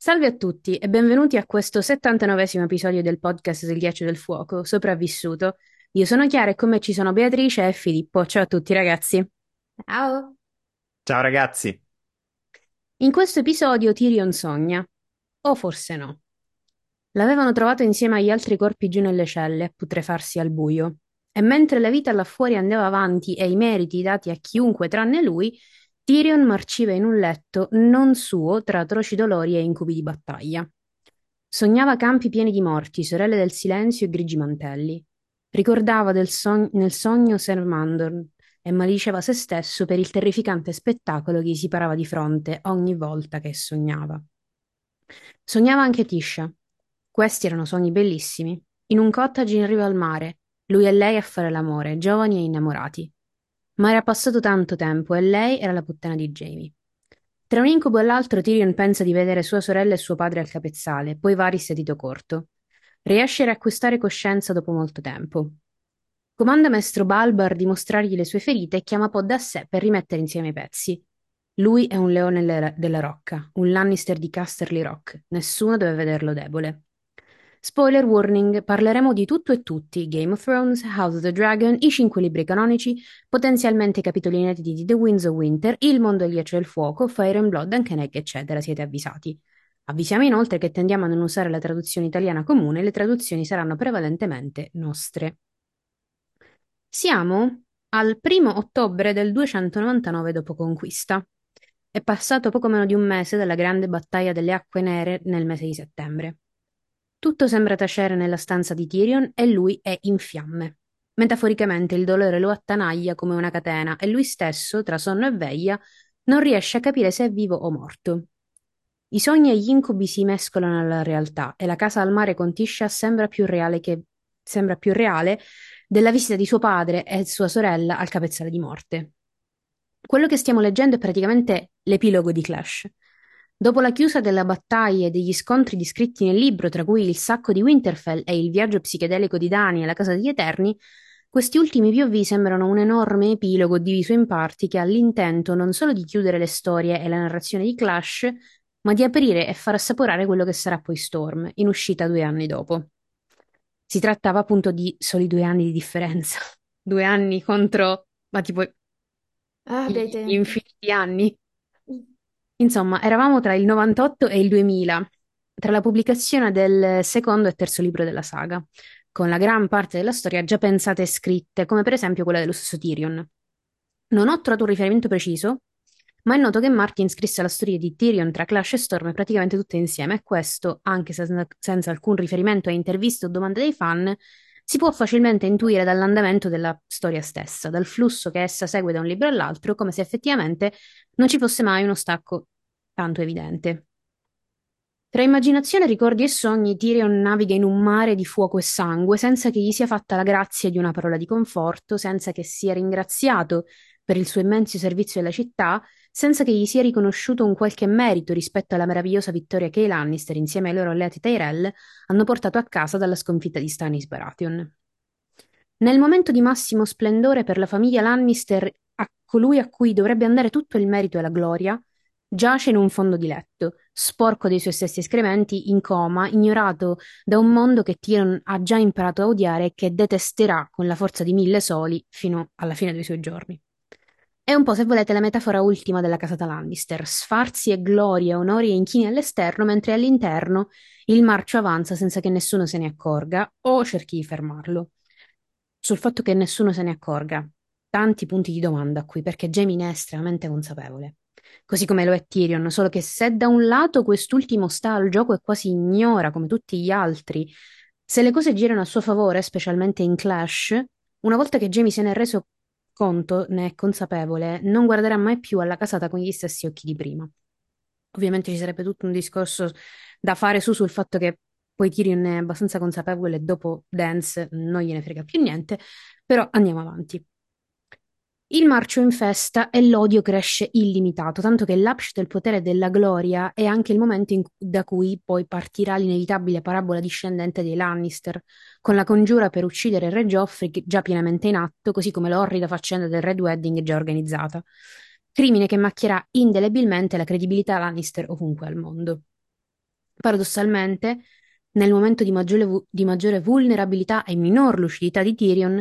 Salve a tutti e benvenuti a questo 79esimo episodio del podcast del Ghiaccio del Fuoco, Sopravvissuto. Io sono Chiara e con me ci sono Beatrice e Filippo. Ciao a tutti ragazzi. Ciao. Ciao ragazzi. In questo episodio Tyrion sogna, o forse no. L'avevano trovato insieme agli altri corpi giù nelle celle a putrefarsi al buio. E mentre la vita là fuori andava avanti e i meriti dati a chiunque tranne lui, Tyrion marciva in un letto non suo tra atroci dolori e incubi di battaglia. Sognava campi pieni di morti, sorelle del silenzio e grigi mantelli. Ricordava nel sogno Ser Mandon e malediceva se stesso per il terrificante spettacolo che gli si parava di fronte ogni volta che sognava. Sognava anche Tisha. Questi erano sogni bellissimi. In un cottage in riva al mare, lui e lei a fare l'amore, giovani e innamorati. Ma era passato tanto tempo e lei era la puttana di Jamie. Tra un incubo e l'altro Tyrion pensa di vedere sua sorella e suo padre al capezzale, poi Varys a dito corto. Riesce a riacquistare coscienza dopo molto tempo. Comanda Maestro Balbar di mostrargli le sue ferite e chiama Pod a sé per rimettere insieme i pezzi. Lui è un leone della rocca, un Lannister di Casterly Rock. Nessuno deve vederlo debole. Spoiler warning, parleremo di tutto e tutti, Game of Thrones, House of the Dragon, i cinque libri canonici, potenzialmente capitoli inediti di The Winds of Winter, Il mondo del ghiaccio e del fuoco, Fire and Blood, Anche eccetera, siete avvisati. Avvisiamo inoltre che tendiamo a non usare la traduzione italiana comune, le traduzioni saranno prevalentemente nostre. Siamo al 1° ottobre del 299 d.C. È passato poco meno di un mese dalla grande battaglia delle Acque Nere nel mese di settembre. Tutto sembra tacere nella stanza di Tyrion e lui è in fiamme. Metaforicamente il dolore lo attanaglia come una catena e lui stesso, tra sonno e veglia, non riesce a capire se è vivo o morto. I sogni e gli incubi si mescolano alla realtà e la casa al mare con Tisha sembra più reale della visita di suo padre e sua sorella al capezzale di morte. Quello che stiamo leggendo è praticamente l'epilogo di Clash. Dopo la chiusa della battaglia e degli scontri descritti nel libro, tra cui il sacco di Winterfell e il viaggio psichedelico di Dany alla Casa degli Eterni, questi ultimi POV sembrano un enorme epilogo diviso in parti che ha l'intento non solo di chiudere le storie e la narrazione di Clash, ma di aprire e far assaporare quello che sarà poi Storm, in uscita 2 anni dopo. Si trattava appunto di soli 2 anni di differenza. 2 anni contro, ma tipo Ah, bei gli tempi. infiniti anni. Insomma, eravamo tra il 98 e il 2000, tra la pubblicazione del secondo e terzo libro della saga, con la gran parte della storia già pensate e scritte, come per esempio quella dello stesso Tyrion. Non ho trovato un riferimento preciso, ma è noto che Martin scrisse la storia di Tyrion tra Clash e Storm praticamente tutte insieme, e questo, anche senza alcun riferimento a interviste o domande dei fan, si può facilmente intuire dall'andamento della storia stessa, dal flusso che essa segue da un libro all'altro, come se effettivamente non ci fosse mai uno stacco tanto evidente. Tra immaginazione, ricordi e sogni, Tyrion naviga in un mare di fuoco e sangue, senza che gli sia fatta la grazia di una parola di conforto, senza che sia ringraziato per il suo immenso servizio alla città, senza che gli sia riconosciuto un qualche merito rispetto alla meravigliosa vittoria che i Lannister, insieme ai loro alleati Tyrell, hanno portato a casa dalla sconfitta di Stannis Baratheon. Nel momento di massimo splendore per la famiglia Lannister, a colui a cui dovrebbe andare tutto il merito e la gloria, giace in un fondo di letto, sporco dei suoi stessi escrementi, in coma, ignorato da un mondo che Tyrion ha già imparato a odiare e che detesterà con la forza di 1000 soli fino alla fine dei suoi giorni. È un po', se volete, la metafora ultima della casata Lannister: sfarzi e glorie, onori e inchini all'esterno, mentre all'interno il marcio avanza senza che nessuno se ne accorga o cerchi di fermarlo. Sul fatto che nessuno se ne accorga, tanti punti di domanda qui, perché Jaime ne è estremamente consapevole. Così come lo è Tyrion, solo che se da un lato quest'ultimo sta al gioco e quasi ignora, come tutti gli altri, se le cose girano a suo favore, specialmente in Clash, una volta che Jaime se ne è reso conto, ne è consapevole, non guarderà mai più alla casata con gli stessi occhi di prima. Ovviamente ci sarebbe tutto un discorso da fare sul fatto che poi Tyrion è abbastanza consapevole e dopo Dance non gliene frega più niente, però andiamo avanti. Il marcio infesta e l'odio cresce illimitato, tanto che l'appice del potere e della gloria è anche il momento da cui poi partirà l'inevitabile parabola discendente dei Lannister, con la congiura per uccidere il re Joffrey già pienamente in atto, così come l'orrida faccenda del Red Wedding già organizzata. Crimine che macchierà indelebilmente la credibilità Lannister ovunque al mondo. Paradossalmente, nel momento di maggiore vulnerabilità e minor lucidità di Tyrion,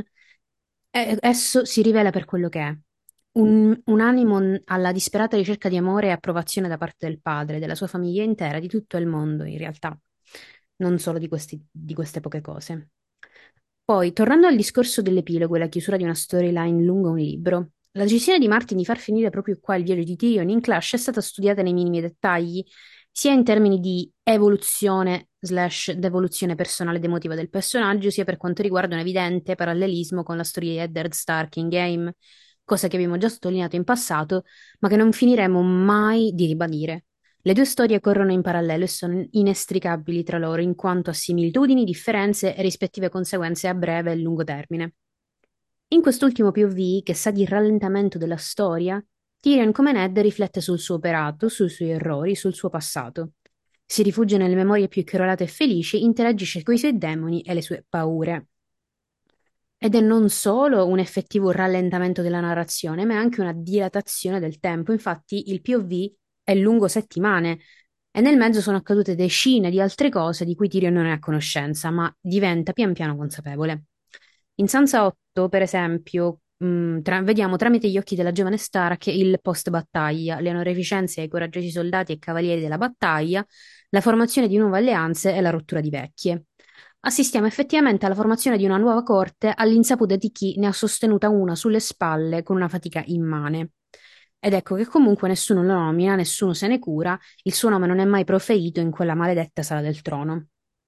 esso si rivela per quello che è. Un animo alla disperata ricerca di amore e approvazione da parte del padre, della sua famiglia intera, di tutto il mondo, in realtà, non solo di queste poche cose. Poi, tornando al discorso dell'epilogo e la chiusura di una storyline lungo un libro, la decisione di Martin di far finire proprio qua il viaggio di Tyrion in Clash è stata studiata nei minimi dettagli, sia in termini di evoluzione slash devoluzione personale ed emotiva del personaggio, sia per quanto riguarda un evidente parallelismo con la storia di Eddard Stark in Game, cosa che abbiamo già sottolineato in passato, ma che non finiremo mai di ribadire. Le due storie corrono in parallelo e sono inestricabili tra loro in quanto a similitudini, differenze e rispettive conseguenze a breve e lungo termine. In quest'ultimo POV, che sa di rallentamento della storia, Tyrion come Ned riflette sul suo operato, sui suoi errori, sul suo passato. Si rifugia nelle memorie più correlate e felici, interagisce con i suoi demoni e le sue paure. Ed è non solo un effettivo rallentamento della narrazione, ma è anche una dilatazione del tempo. Infatti, il POV è lungo settimane e nel mezzo sono accadute decine di altre cose di cui Tyrion non è a conoscenza, ma diventa pian piano consapevole. In Sansa 8, per esempio, vediamo tramite gli occhi della giovane Stark il post-battaglia, le onorificenze ai coraggiosi soldati e cavalieri della battaglia, la formazione di nuove alleanze e la rottura di vecchie. Assistiamo effettivamente alla formazione di una nuova corte all'insaputa di chi ne ha sostenuta una sulle spalle con una fatica immane. Ed ecco che comunque nessuno lo nomina, nessuno se ne cura, il suo nome non è mai proferito in quella maledetta sala del trono.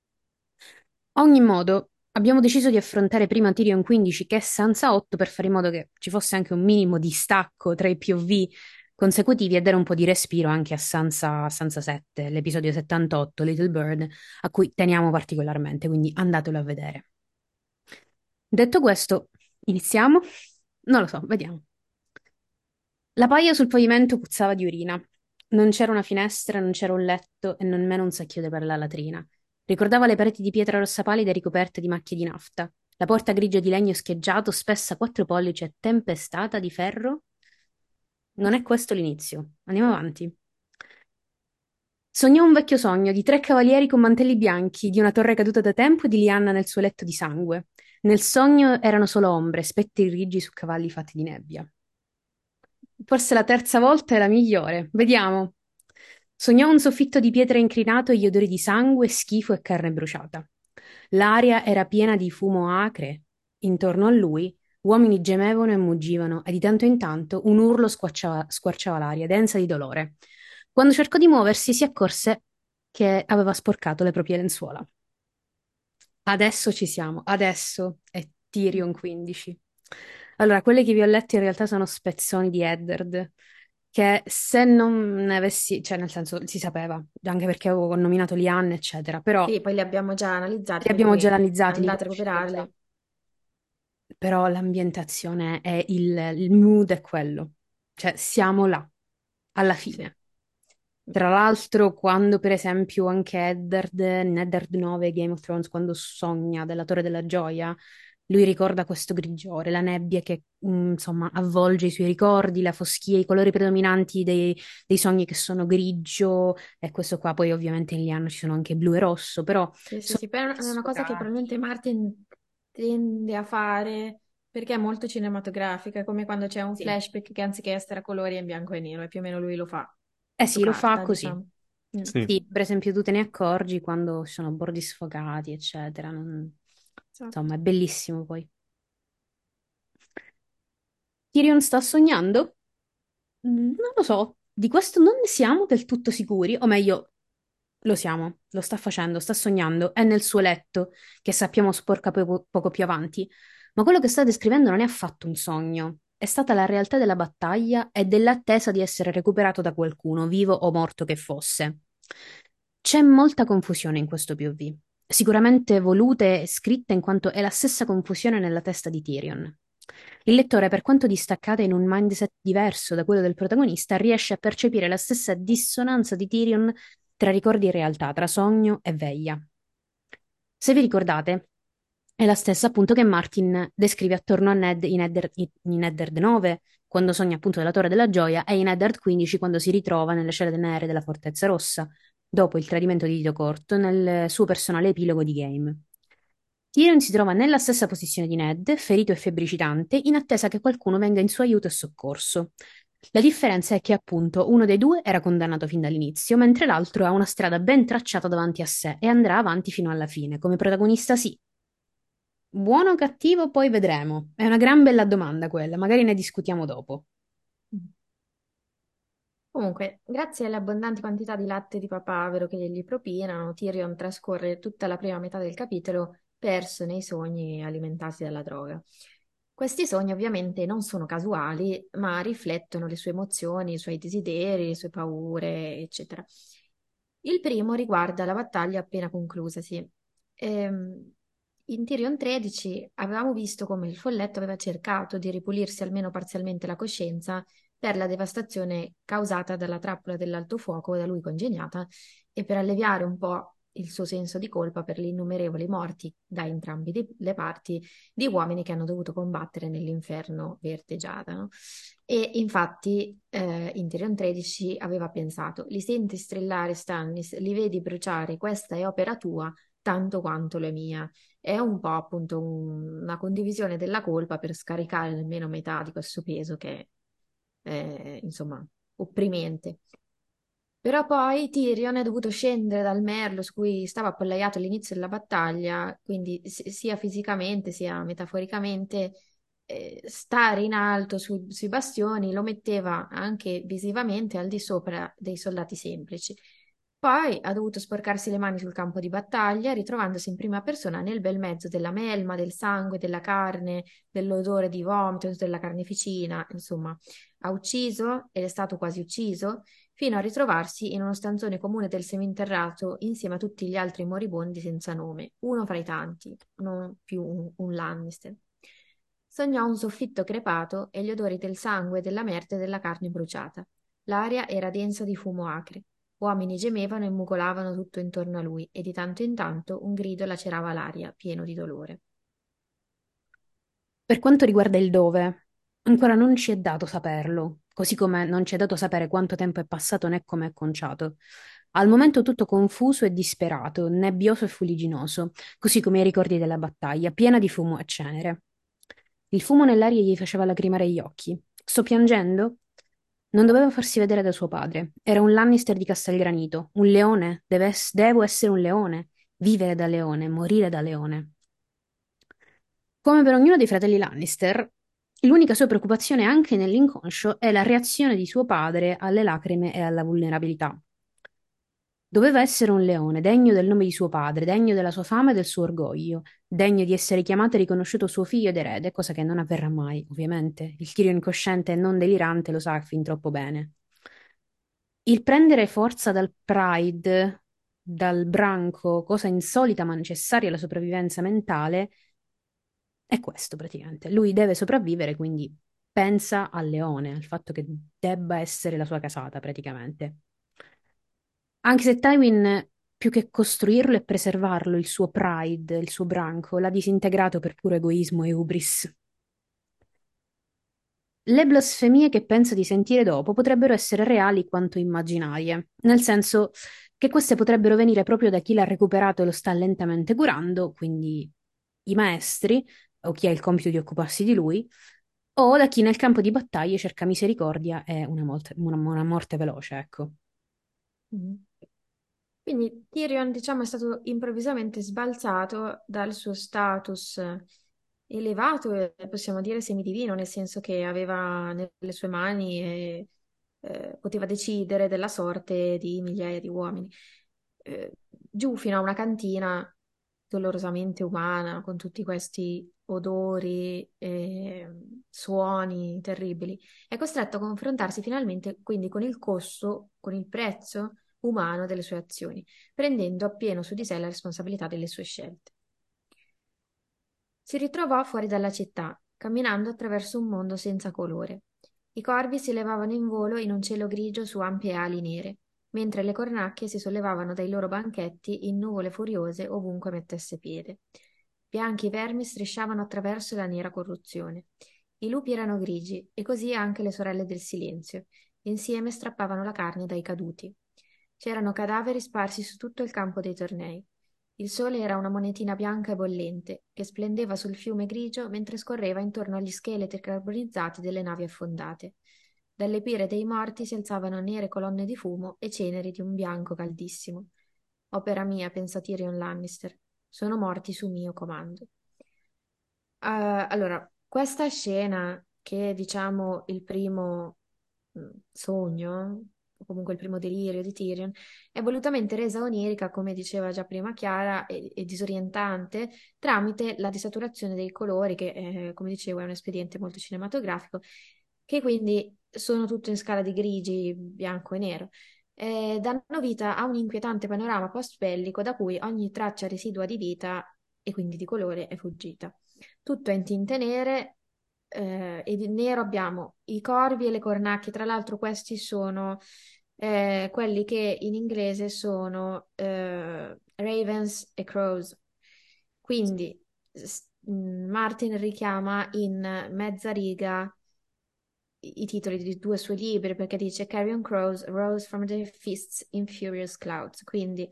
A ogni modo, abbiamo deciso di affrontare prima Tyrion 15 che Sansa 8 per fare in modo che ci fosse anche un minimo di stacco tra i POV consecutivi e dare un po' di respiro anche a Sansa 7, l'episodio 78, Little Bird, a cui teniamo particolarmente, quindi andatelo a vedere. Detto questo, iniziamo? Non lo so, vediamo. La paia sul pavimento puzzava di urina. Non c'era una finestra, non c'era un letto e nemmeno un secchione per la latrina. Ricordava le pareti di pietra rossa pallida ricoperte di macchie di nafta. La porta grigia di legno scheggiato, spessa 4 pollici e tempestata di ferro. Non è questo l'inizio. Andiamo avanti. Sognò un vecchio sogno di 3 cavalieri con mantelli bianchi, di una torre caduta da tempo e di Lianna nel suo letto di sangue. Nel sogno erano solo ombre, spettri grigi su cavalli fatti di nebbia. Forse la terza volta è la migliore. Vediamo. Sognò un soffitto di pietra incrinato e gli odori di sangue, schifo e carne bruciata. L'aria era piena di fumo acre. Intorno a lui uomini gemevano e muggivano e di tanto in tanto un urlo squarciava l'aria, densa di dolore. Quando cercò di muoversi si accorse che aveva sporcato le proprie lenzuola. Adesso ci siamo, adesso è Tyrion 15. Allora, quelle che vi ho letto in realtà sono spezzoni di Eddard, che se non ne avessi, cioè nel senso si sapeva, anche perché avevo nominato Liane, eccetera, però Sì, poi li abbiamo già li analizzati, per abbiamo già cui analizzati, li andate a conoscete già. recuperarli. Però l'ambientazione è il mood è quello, cioè siamo là, alla Sì. fine. Tra l'altro, quando per esempio anche Eddard, in Eddard 9 Game of Thrones, quando sogna della Torre della Gioia, lui ricorda questo grigiore, la nebbia che insomma avvolge i suoi ricordi, la foschia, i colori predominanti dei sogni che sono grigio, e questo qua poi ovviamente in Liano ci sono anche blu e rosso, però Sì, sì, sono sì, poi è una cosa che sfocati. probabilmente Martin tende a fare perché è molto cinematografica, è come quando c'è un Sì. flashback che anziché essere a colori è in bianco e nero, e più o meno lui lo fa Eh su sì, lo fa carta, così. diciamo. Mm. Sì. Sì, per esempio tu te ne accorgi quando ci sono bordi sfocati, eccetera. Insomma, Esatto. è bellissimo poi. Tyrion sta sognando? Non lo so, di questo non ne siamo del tutto sicuri, o meglio, lo siamo, lo sta facendo, sta sognando, è nel suo letto, che sappiamo sporca poco più avanti, ma quello che sta descrivendo non è affatto un sogno, è stata la realtà della battaglia e dell'attesa di essere recuperato da qualcuno, vivo o morto che fosse. C'è molta confusione in questo POV, sicuramente voluta e scritta in quanto è la stessa confusione nella testa di Tyrion. Il lettore, per quanto distaccata in un mindset diverso da quello del protagonista, riesce a percepire la stessa dissonanza di Tyrion tra ricordi e realtà, tra sogno e veglia. Se vi ricordate, è la stessa appunto che Martin descrive attorno a Ned in Eddard 9, quando sogna appunto della Torre della Gioia, e in Eddard 15 quando si ritrova nelle celle nere della Fortezza Rossa. dopo il tradimento di Tito Corto, nel suo personale epilogo di Game. Tyrion si trova nella stessa posizione di Ned, ferito e febbricitante, in attesa che qualcuno venga in suo aiuto e soccorso. La differenza è che appunto uno dei due era condannato fin dall'inizio, mentre l'altro ha una strada ben tracciata davanti a sé e andrà avanti fino alla fine. Come protagonista sì. Buono o cattivo, poi vedremo. È una gran bella domanda quella, magari ne discutiamo dopo. Comunque, grazie alle abbondanti quantità di latte di papavero che gli propinano, Tyrion trascorre tutta la prima metà del capitolo perso nei sogni alimentati dalla droga. Questi sogni ovviamente non sono casuali, ma riflettono le sue emozioni, i suoi desideri, le sue paure, eccetera. Il primo riguarda la battaglia appena conclusasi. In Tyrion 13 avevamo visto come il folletto aveva cercato di ripulirsi almeno parzialmente la coscienza per la devastazione causata dalla trappola dell'alto fuoco da lui congegnata e per alleviare un po' il suo senso di colpa per gli innumerevoli morti da entrambe le parti di uomini che hanno dovuto combattere nell'inferno verde Giada, no? E infatti in Tyrion 13 aveva pensato, li senti strillare Stannis, li vedi bruciare, questa è opera tua tanto quanto la mia. È un po' appunto una condivisione della colpa per scaricare almeno metà di questo peso che è, insomma, opprimente. Però poi Tyrion è dovuto scendere dal merlo su cui stava appollaiato all'inizio della battaglia, quindi sia fisicamente sia metaforicamente, stare in alto sui bastioni lo metteva anche visivamente al di sopra dei soldati semplici. Poi ha dovuto sporcarsi le mani sul campo di battaglia, ritrovandosi in prima persona nel bel mezzo della melma, del sangue, della carne, dell'odore di vomito, della carneficina, insomma, ha ucciso ed è stato quasi ucciso fino a ritrovarsi in uno stanzone comune del seminterrato insieme a tutti gli altri moribondi senza nome, uno fra i tanti, non più un Lannister. Sognò un soffitto crepato e gli odori del sangue, della merte e della carne bruciata. L'aria era densa di fumo acre. Uomini gemevano e mugolavano tutto intorno a lui e di tanto in tanto un grido lacerava l'aria, pieno di dolore. Per quanto riguarda il dove, ancora non ci è dato saperlo, così come non ci è dato sapere quanto tempo è passato né come è conciato. Al momento tutto confuso e disperato, nebbioso e fuliginoso, così come i ricordi della battaglia, piena di fumo e cenere. Il fumo nell'aria gli faceva lacrimare gli occhi. Sto piangendo? Non doveva farsi vedere da suo padre. Era un Lannister di Castelgranito, un leone. Devo essere un leone, vivere da leone, morire da leone. Come per ognuno dei fratelli Lannister, l'unica sua preoccupazione anche nell'inconscio è la reazione di suo padre alle lacrime e alla vulnerabilità. Doveva essere un leone, degno del nome di suo padre, degno della sua fama e del suo orgoglio, degno di essere chiamato e riconosciuto suo figlio ed erede, cosa che non avverrà mai, ovviamente. Il Tyrion incosciente e non delirante lo sa fin troppo bene. Il prendere forza dal pride, dal branco, cosa insolita ma necessaria alla sopravvivenza mentale, è questo praticamente. Lui deve sopravvivere, quindi pensa al leone, al fatto che debba essere la sua casata praticamente. Anche se Tywin, più che costruirlo e preservarlo, il suo pride, il suo branco, l'ha disintegrato per puro egoismo e hubris. Le blasfemie che pensa di sentire dopo potrebbero essere reali quanto immaginarie, nel senso che queste potrebbero venire proprio da chi l'ha recuperato e lo sta lentamente curando, quindi i maestri o chi ha il compito di occuparsi di lui, o da chi nel campo di battaglia cerca misericordia e una morte veloce, ecco. Mhm. Quindi Tyrion, diciamo, è stato improvvisamente sbalzato dal suo status elevato e possiamo dire semidivino, nel senso che aveva nelle sue mani e poteva decidere della sorte di migliaia di uomini. Giù fino a una cantina dolorosamente umana, con tutti questi odori e suoni terribili. È costretto a confrontarsi finalmente quindi con il costo, con il prezzo umano delle sue azioni, prendendo appieno su di sé la responsabilità delle sue scelte. Si ritrovò fuori dalla città, camminando attraverso un mondo senza colore. I corvi si levavano in volo in un cielo grigio su ampie ali nere, mentre le cornacchie si sollevavano dai loro banchetti in nuvole furiose ovunque mettesse piede. Bianchi vermi strisciavano attraverso la nera corruzione. I lupi erano grigi, e così anche le sorelle del silenzio. Insieme strappavano la carne dai caduti. C'erano cadaveri sparsi su tutto il campo dei tornei. Il sole era una monetina bianca e bollente, che splendeva sul fiume grigio mentre scorreva intorno agli scheletri carbonizzati delle navi affondate. Dalle pire dei morti si alzavano nere colonne di fumo e ceneri di un bianco caldissimo. Opera mia, pensa Tyrion Lannister. Sono morti su mio comando. Allora, questa scena, che è, diciamo, il primo sogno, o comunque il primo delirio di Tyrion, è volutamente resa onirica, come diceva già prima Chiara, e disorientante tramite la desaturazione dei colori, che come dicevo è un espediente molto cinematografico, che quindi sono tutto in scala di grigi, bianco e nero. Danno vita a un inquietante panorama post-bellico da cui ogni traccia residua di vita e quindi di colore è fuggita. Tutto è in tinte nere e di nero abbiamo i corvi e le cornacchie. Tra l'altro questi sono quelli che in inglese sono ravens e crows. Quindi Martin richiama in mezza riga i titoli di due suoi libri perché dice Carrion Crows rose from the fists in furious clouds. Quindi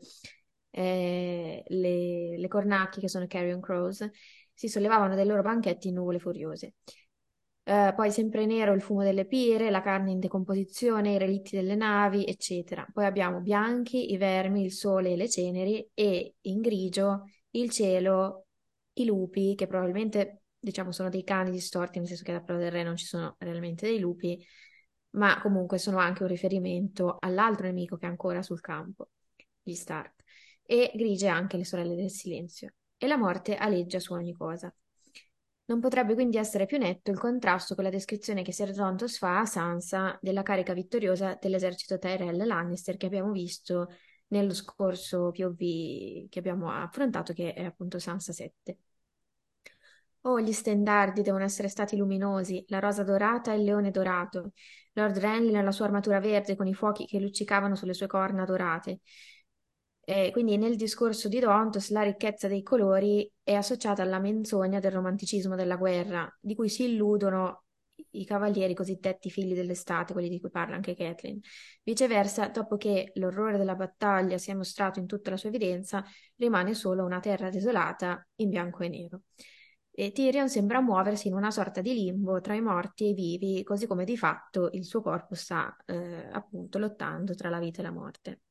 le cornacchie, che sono Carrion Crows, si sollevavano dai loro banchetti in nuvole furiose. Poi sempre nero il fumo delle pire, la carne in decomposizione, i relitti delle navi, eccetera. Poi abbiamo bianchi i vermi, il sole e le ceneri, e in grigio il cielo, i lupi, che probabilmente diciamo sono dei cani distorti, nel senso che alla prova del re non ci sono realmente dei lupi, ma comunque sono anche un riferimento all'altro nemico che è ancora sul campo, gli Stark. E grigie anche le sorelle del silenzio. E la morte aleggia su ogni cosa. Non potrebbe quindi essere più netto il contrasto con la descrizione che Ser Rontos fa a Sansa della carica vittoriosa dell'esercito Tyrell Lannister che abbiamo visto nello scorso POV che abbiamo affrontato, che è appunto Sansa 7. Oh, gli stendardi devono essere stati luminosi, la rosa dorata e il leone dorato, Lord Renly nella sua armatura verde con i fuochi che luccicavano sulle sue corna dorate. E quindi nel discorso di Rontos la ricchezza dei colori è associata alla menzogna del romanticismo della guerra, di cui si illudono i cavalieri cosiddetti figli dell'estate, quelli di cui parla anche Catelyn. Viceversa, dopo che l'orrore della battaglia si è mostrato in tutta la sua evidenza, rimane solo una terra desolata in bianco e nero. E Tyrion sembra muoversi in una sorta di limbo tra i morti e i vivi, così come di fatto il suo corpo sta appunto lottando tra la vita e la morte.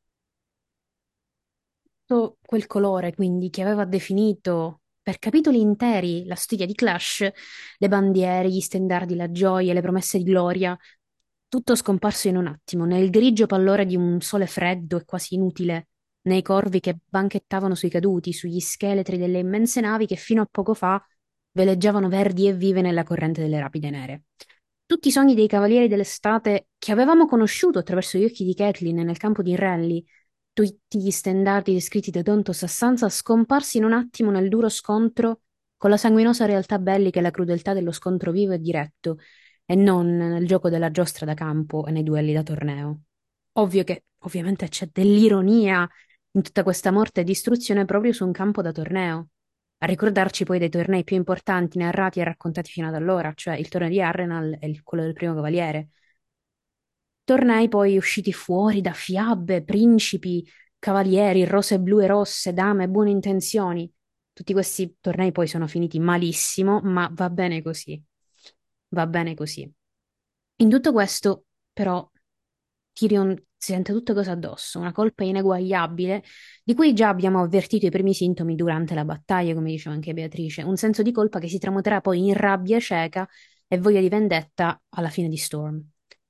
Tutto quel colore, quindi, che aveva definito per capitoli interi la storia di Clash, le bandiere, gli stendardi, la gioia, le promesse di gloria, tutto scomparso in un attimo, nel grigio pallore di un sole freddo e quasi inutile, nei corvi che banchettavano sui caduti, sugli scheletri delle immense navi che fino a poco fa veleggiavano verdi e vive nella corrente delle rapide nere. Tutti i sogni dei cavalieri dell'estate che avevamo conosciuto attraverso gli occhi di Catelyn nel campo di Rally, tutti gli stendardi descritti da Dontos a Sansa scomparsi in un attimo nel duro scontro con la sanguinosa realtà bellica e la crudeltà dello scontro vivo e diretto, e non nel gioco della giostra da campo e nei duelli da torneo. Ovvio che, ovviamente, c'è dell'ironia in tutta questa morte e distruzione proprio su un campo da torneo. A ricordarci poi dei tornei più importanti narrati e raccontati fino ad allora, cioè il torneo di Harrenhal e quello del primo cavaliere. Tornei poi usciti fuori da fiabe, principi, cavalieri, rose blu e rosse, dame, buone intenzioni. Tutti questi tornei poi sono finiti malissimo, ma va bene così. Va bene così. In tutto questo, però, Tyrion si sente tutte cose addosso, una colpa ineguagliabile, di cui già abbiamo avvertito i primi sintomi durante la battaglia, come diceva anche Beatrice, un senso di colpa che si tramuterà poi in rabbia cieca e voglia di vendetta alla fine di Storm.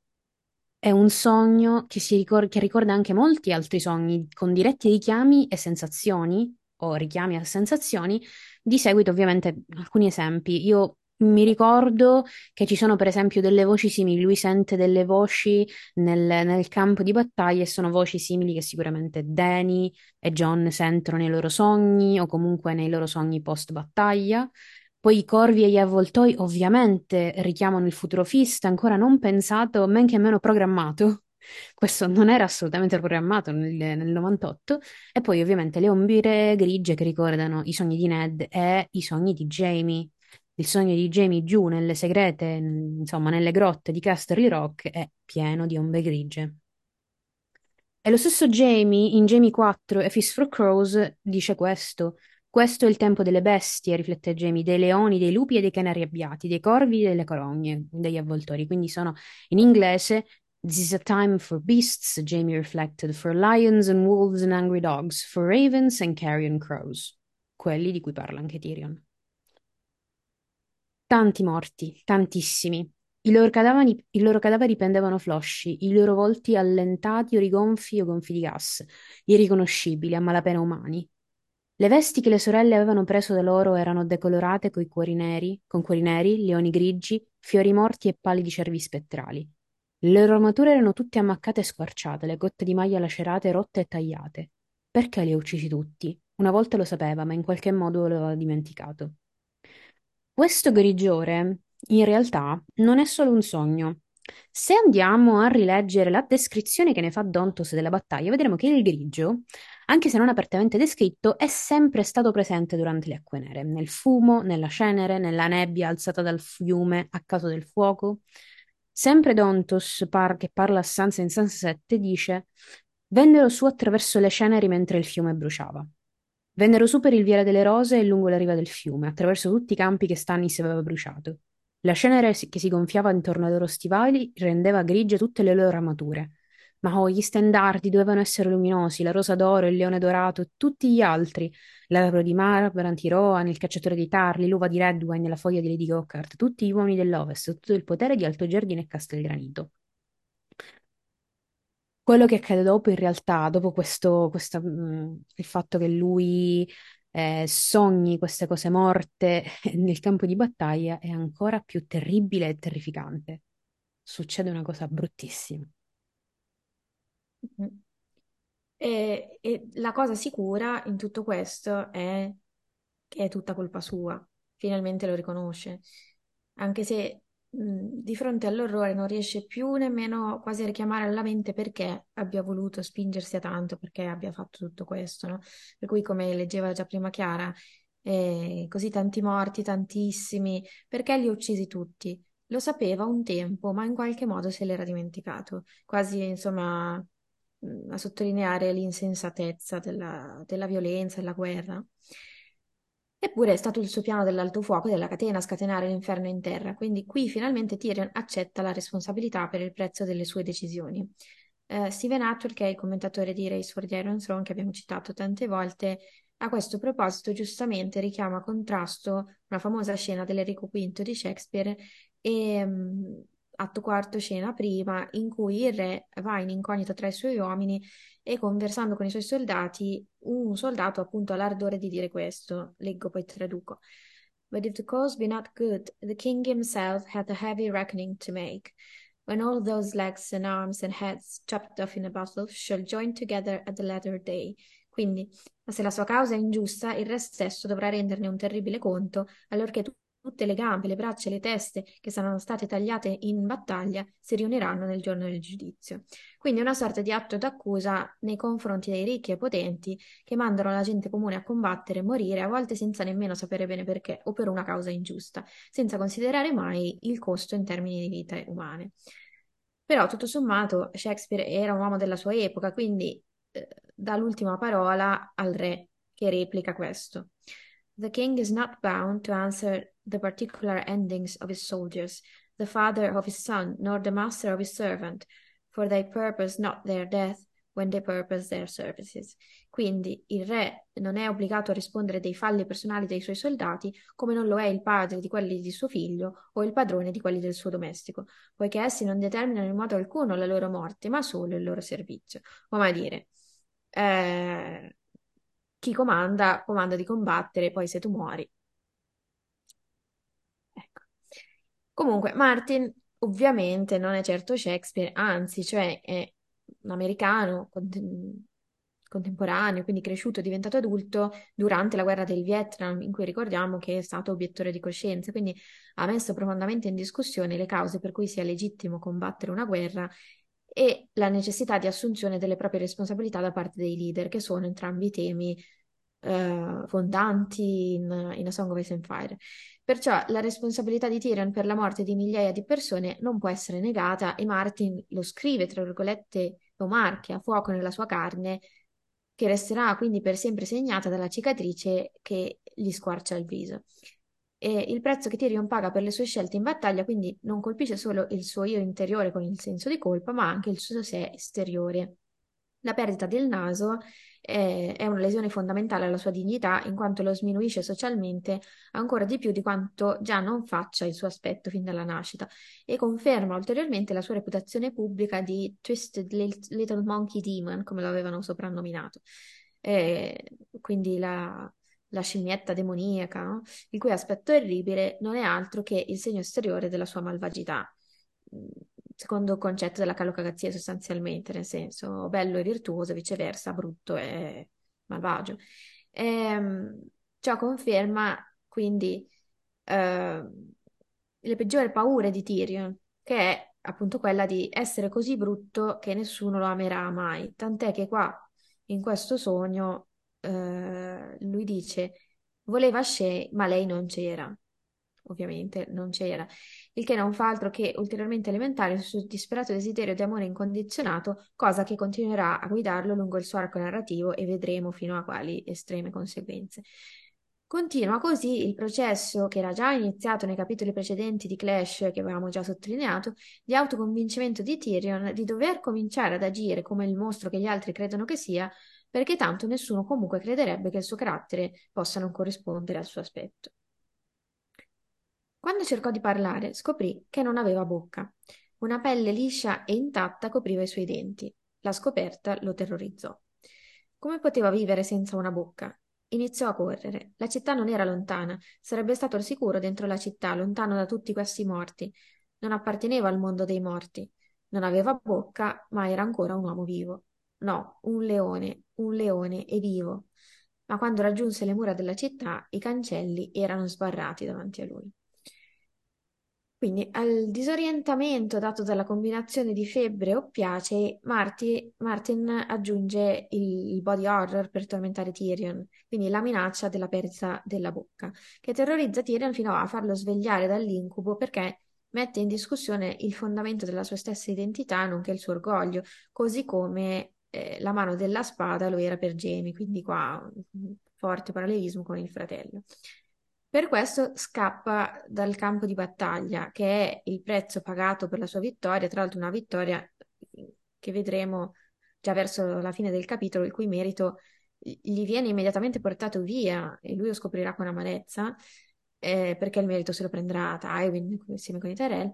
È un sogno che ricorda anche molti altri sogni, con diretti richiami e sensazioni, o richiami a sensazioni, di seguito ovviamente alcuni esempi. Io mi ricordo che ci sono per esempio delle voci simili, lui sente delle voci nel campo di battaglia e sono voci simili che sicuramente Dany e Jon sentono nei loro sogni o comunque nei loro sogni post battaglia. Poi i corvi e gli avvoltoi ovviamente richiamano il futuro Fist, ancora non pensato, men che meno programmato. Questo non era assolutamente programmato nel 98. E poi ovviamente le ombire grigie che ricordano i sogni di Ned e i sogni di Jamie. Il sogno di Jamie giù nelle segrete, insomma, nelle grotte di Casterly Rock è pieno di ombre grigie. E lo stesso Jamie, in Jamie 4 e Fist for Crows, dice questo. Questo è il tempo delle bestie, riflette Jamie, dei leoni, dei lupi e dei cani arrabbiati, dei corvi e delle corogne, degli avvoltori. Quindi sono in inglese: This is a time for beasts, Jamie reflected, for lions and wolves and angry dogs, for ravens and carrion crows. Quelli di cui parla anche Tyrion. Tanti morti, tantissimi. I loro cadaveri pendevano flosci, i loro volti allentati o rigonfi o gonfi di gas, irriconoscibili, a malapena umani. Le vesti che le sorelle avevano preso da loro erano decolorate con cuori neri, leoni grigi, fiori morti e pallidi cervi spettrali. Le loro armature erano tutte ammaccate e squarciate, le gotte di maglia lacerate, rotte e tagliate. Perché li ha uccisi tutti? Una volta lo sapeva, ma in qualche modo lo aveva dimenticato. Questo grigiore, in realtà, non è solo un sogno. Se andiamo a rileggere la descrizione che ne fa Dontos della battaglia, vedremo che il grigio, anche se non apertamente descritto, è sempre stato presente durante le acque nere, nel fumo, nella cenere, nella nebbia alzata dal fiume a causa del fuoco. Sempre Dontos, che parla a Sansa in Sansa 7, dice: Vennero su attraverso le ceneri mentre il fiume bruciava. Vennero su per il Viale delle Rose e lungo la riva del fiume, attraverso tutti i campi che Stannis aveva bruciato. La cenere che si gonfiava intorno ai loro stivali rendeva grigie tutte le loro armature. Ma oh, gli stendardi dovevano essere luminosi, la rosa d'oro, il leone dorato e tutti gli altri, l'arabro di Marbran, Rohan, il cacciatore di Tarli, l'uva di Redwine, la foglia di Lady Gockhart, tutti gli uomini dell'Ovest, tutto il potere di Altogiardino e Castelgranito. Quello che accade dopo, in realtà, dopo il fatto che lui sogni queste cose morte nel campo di battaglia, è ancora più terribile e terrificante. Succede una cosa bruttissima. Mhm. E la cosa sicura in tutto questo è che è tutta colpa sua. Finalmente lo riconosce. Anche se di fronte all'orrore non riesce più nemmeno quasi a richiamare alla mente perché abbia voluto spingersi a tanto, perché abbia fatto tutto questo, no? Per cui, come leggeva già prima Chiara, così tanti morti, tantissimi, perché li ha uccisi tutti? Lo sapeva un tempo, ma in qualche modo se l'era dimenticato, quasi insomma a sottolineare l'insensatezza della violenza e la guerra. Eppure è stato il suo piano dell'alto fuoco e della catena a scatenare l'inferno in terra, quindi qui finalmente Tyrion accetta la responsabilità per il prezzo delle sue decisioni. Steven Atwell, che è il commentatore di Race for the Iron Throne, che abbiamo citato tante volte, a questo proposito giustamente richiama a contrasto una famosa scena dell'Enrico V di Shakespeare e atto quarto scena prima, in cui il re va in incognito tra i suoi uomini e conversando con i suoi soldati, un soldato appunto ha l'ardire di dire questo, leggo poi traduco. But if the cause be not good, the king himself hath a heavy reckoning to make. When all those legs and arms and heads chopped off in a battle shall join together at the latter day. Quindi, ma se la sua causa è ingiusta, il re stesso dovrà renderne un terribile conto, allorché tutte le gambe, le braccia e le teste che saranno state tagliate in battaglia si riuniranno nel giorno del giudizio. Quindi una sorta di atto d'accusa nei confronti dei ricchi e potenti che mandano la gente comune a combattere e morire, a volte senza nemmeno sapere bene perché o per una causa ingiusta, senza considerare mai il costo in termini di vite umane. Però tutto sommato Shakespeare era un uomo della sua epoca, quindi dà l'ultima parola al re che replica questo. The king is not bound to answer the particular endings of his soldiers, the father of his son, nor the master of his servant, for they purpose not their death when they purpose their services. Quindi il re non è obbligato a rispondere dei falli personali dei suoi soldati, come non lo è il padre di quelli di suo figlio o il padrone di quelli del suo domestico, poiché essi non determinano in modo alcuno la loro morte, ma solo il loro servizio. Come a dire, eh, chi comanda, comanda di combattere, poi se tu muori. Ecco. Comunque, Martin ovviamente non è certo Shakespeare, anzi, cioè è un americano contemporaneo, quindi cresciuto e diventato adulto durante la guerra del Vietnam, in cui ricordiamo che è stato obiettore di coscienza, quindi ha messo profondamente in discussione le cause per cui sia legittimo combattere una guerra e la necessità di assunzione delle proprie responsabilità da parte dei leader, che sono entrambi temi fondanti in A Song of Ice and Fire. Perciò la responsabilità di Tyrion per la morte di migliaia di persone non può essere negata e Martin lo scrive, tra virgolette, lo marchia a fuoco nella sua carne, che resterà quindi per sempre segnata dalla cicatrice che gli squarcia il viso. E il prezzo che Tyrion paga per le sue scelte in battaglia quindi non colpisce solo il suo io interiore con il senso di colpa, ma anche il suo sé esteriore. La perdita del naso è una lesione fondamentale alla sua dignità, in quanto lo sminuisce socialmente ancora di più di quanto già non faccia il suo aspetto fin dalla nascita, e conferma ulteriormente la sua reputazione pubblica di Twisted Little Monkey Demon, come lo avevano soprannominato. Eh, quindi la scimmietta demoniaca, no? Il cui aspetto orribile non è altro che il segno esteriore della sua malvagità, secondo il concetto della calocagazia sostanzialmente, nel senso bello e virtuoso, viceversa, brutto e malvagio. Ehm, Ciò conferma quindi le peggiori paure di Tyrion, che è appunto quella di essere così brutto che nessuno lo amerà mai. Tant'è che qua, in questo sogno, lui dice, voleva Shay, ma lei non c'era. Ovviamente non c'era, il che non fa altro che ulteriormente alimentare il suo disperato desiderio di amore incondizionato, cosa che continuerà a guidarlo lungo il suo arco narrativo e vedremo fino a quali estreme conseguenze. Continua così il processo che era già iniziato nei capitoli precedenti di Clash, che avevamo già sottolineato, di autoconvincimento di Tyrion di dover cominciare ad agire come il mostro che gli altri credono che sia, perché tanto nessuno comunque crederebbe che il suo carattere possa non corrispondere al suo aspetto. Quando cercò di parlare, scoprì che non aveva bocca. Una pelle liscia e intatta copriva i suoi denti. La scoperta lo terrorizzò. Come poteva vivere senza una bocca? Iniziò a correre. La città non era lontana, sarebbe stato al sicuro dentro la città, lontano da tutti questi morti. Non apparteneva al mondo dei morti. Non aveva bocca, ma era ancora un uomo vivo. No, un leone e vivo. Ma quando raggiunse le mura della città, i cancelli erano sbarrati davanti a lui. Quindi al disorientamento dato dalla combinazione di febbre e oppiacei, Martin aggiunge il body horror per tormentare Tyrion, quindi la minaccia della perdita della bocca, che terrorizza Tyrion fino a farlo svegliare dall'incubo perché mette in discussione il fondamento della sua stessa identità, nonché il suo orgoglio, così come la mano della spada lo era per Jaime, quindi qua un forte parallelismo con il fratello. Per questo scappa dal campo di battaglia, che è il prezzo pagato per la sua vittoria, tra l'altro una vittoria che vedremo già verso la fine del capitolo, il cui merito gli viene immediatamente portato via e lui lo scoprirà con amarezza, perché il merito se lo prenderà Tywin insieme con i Tyrell.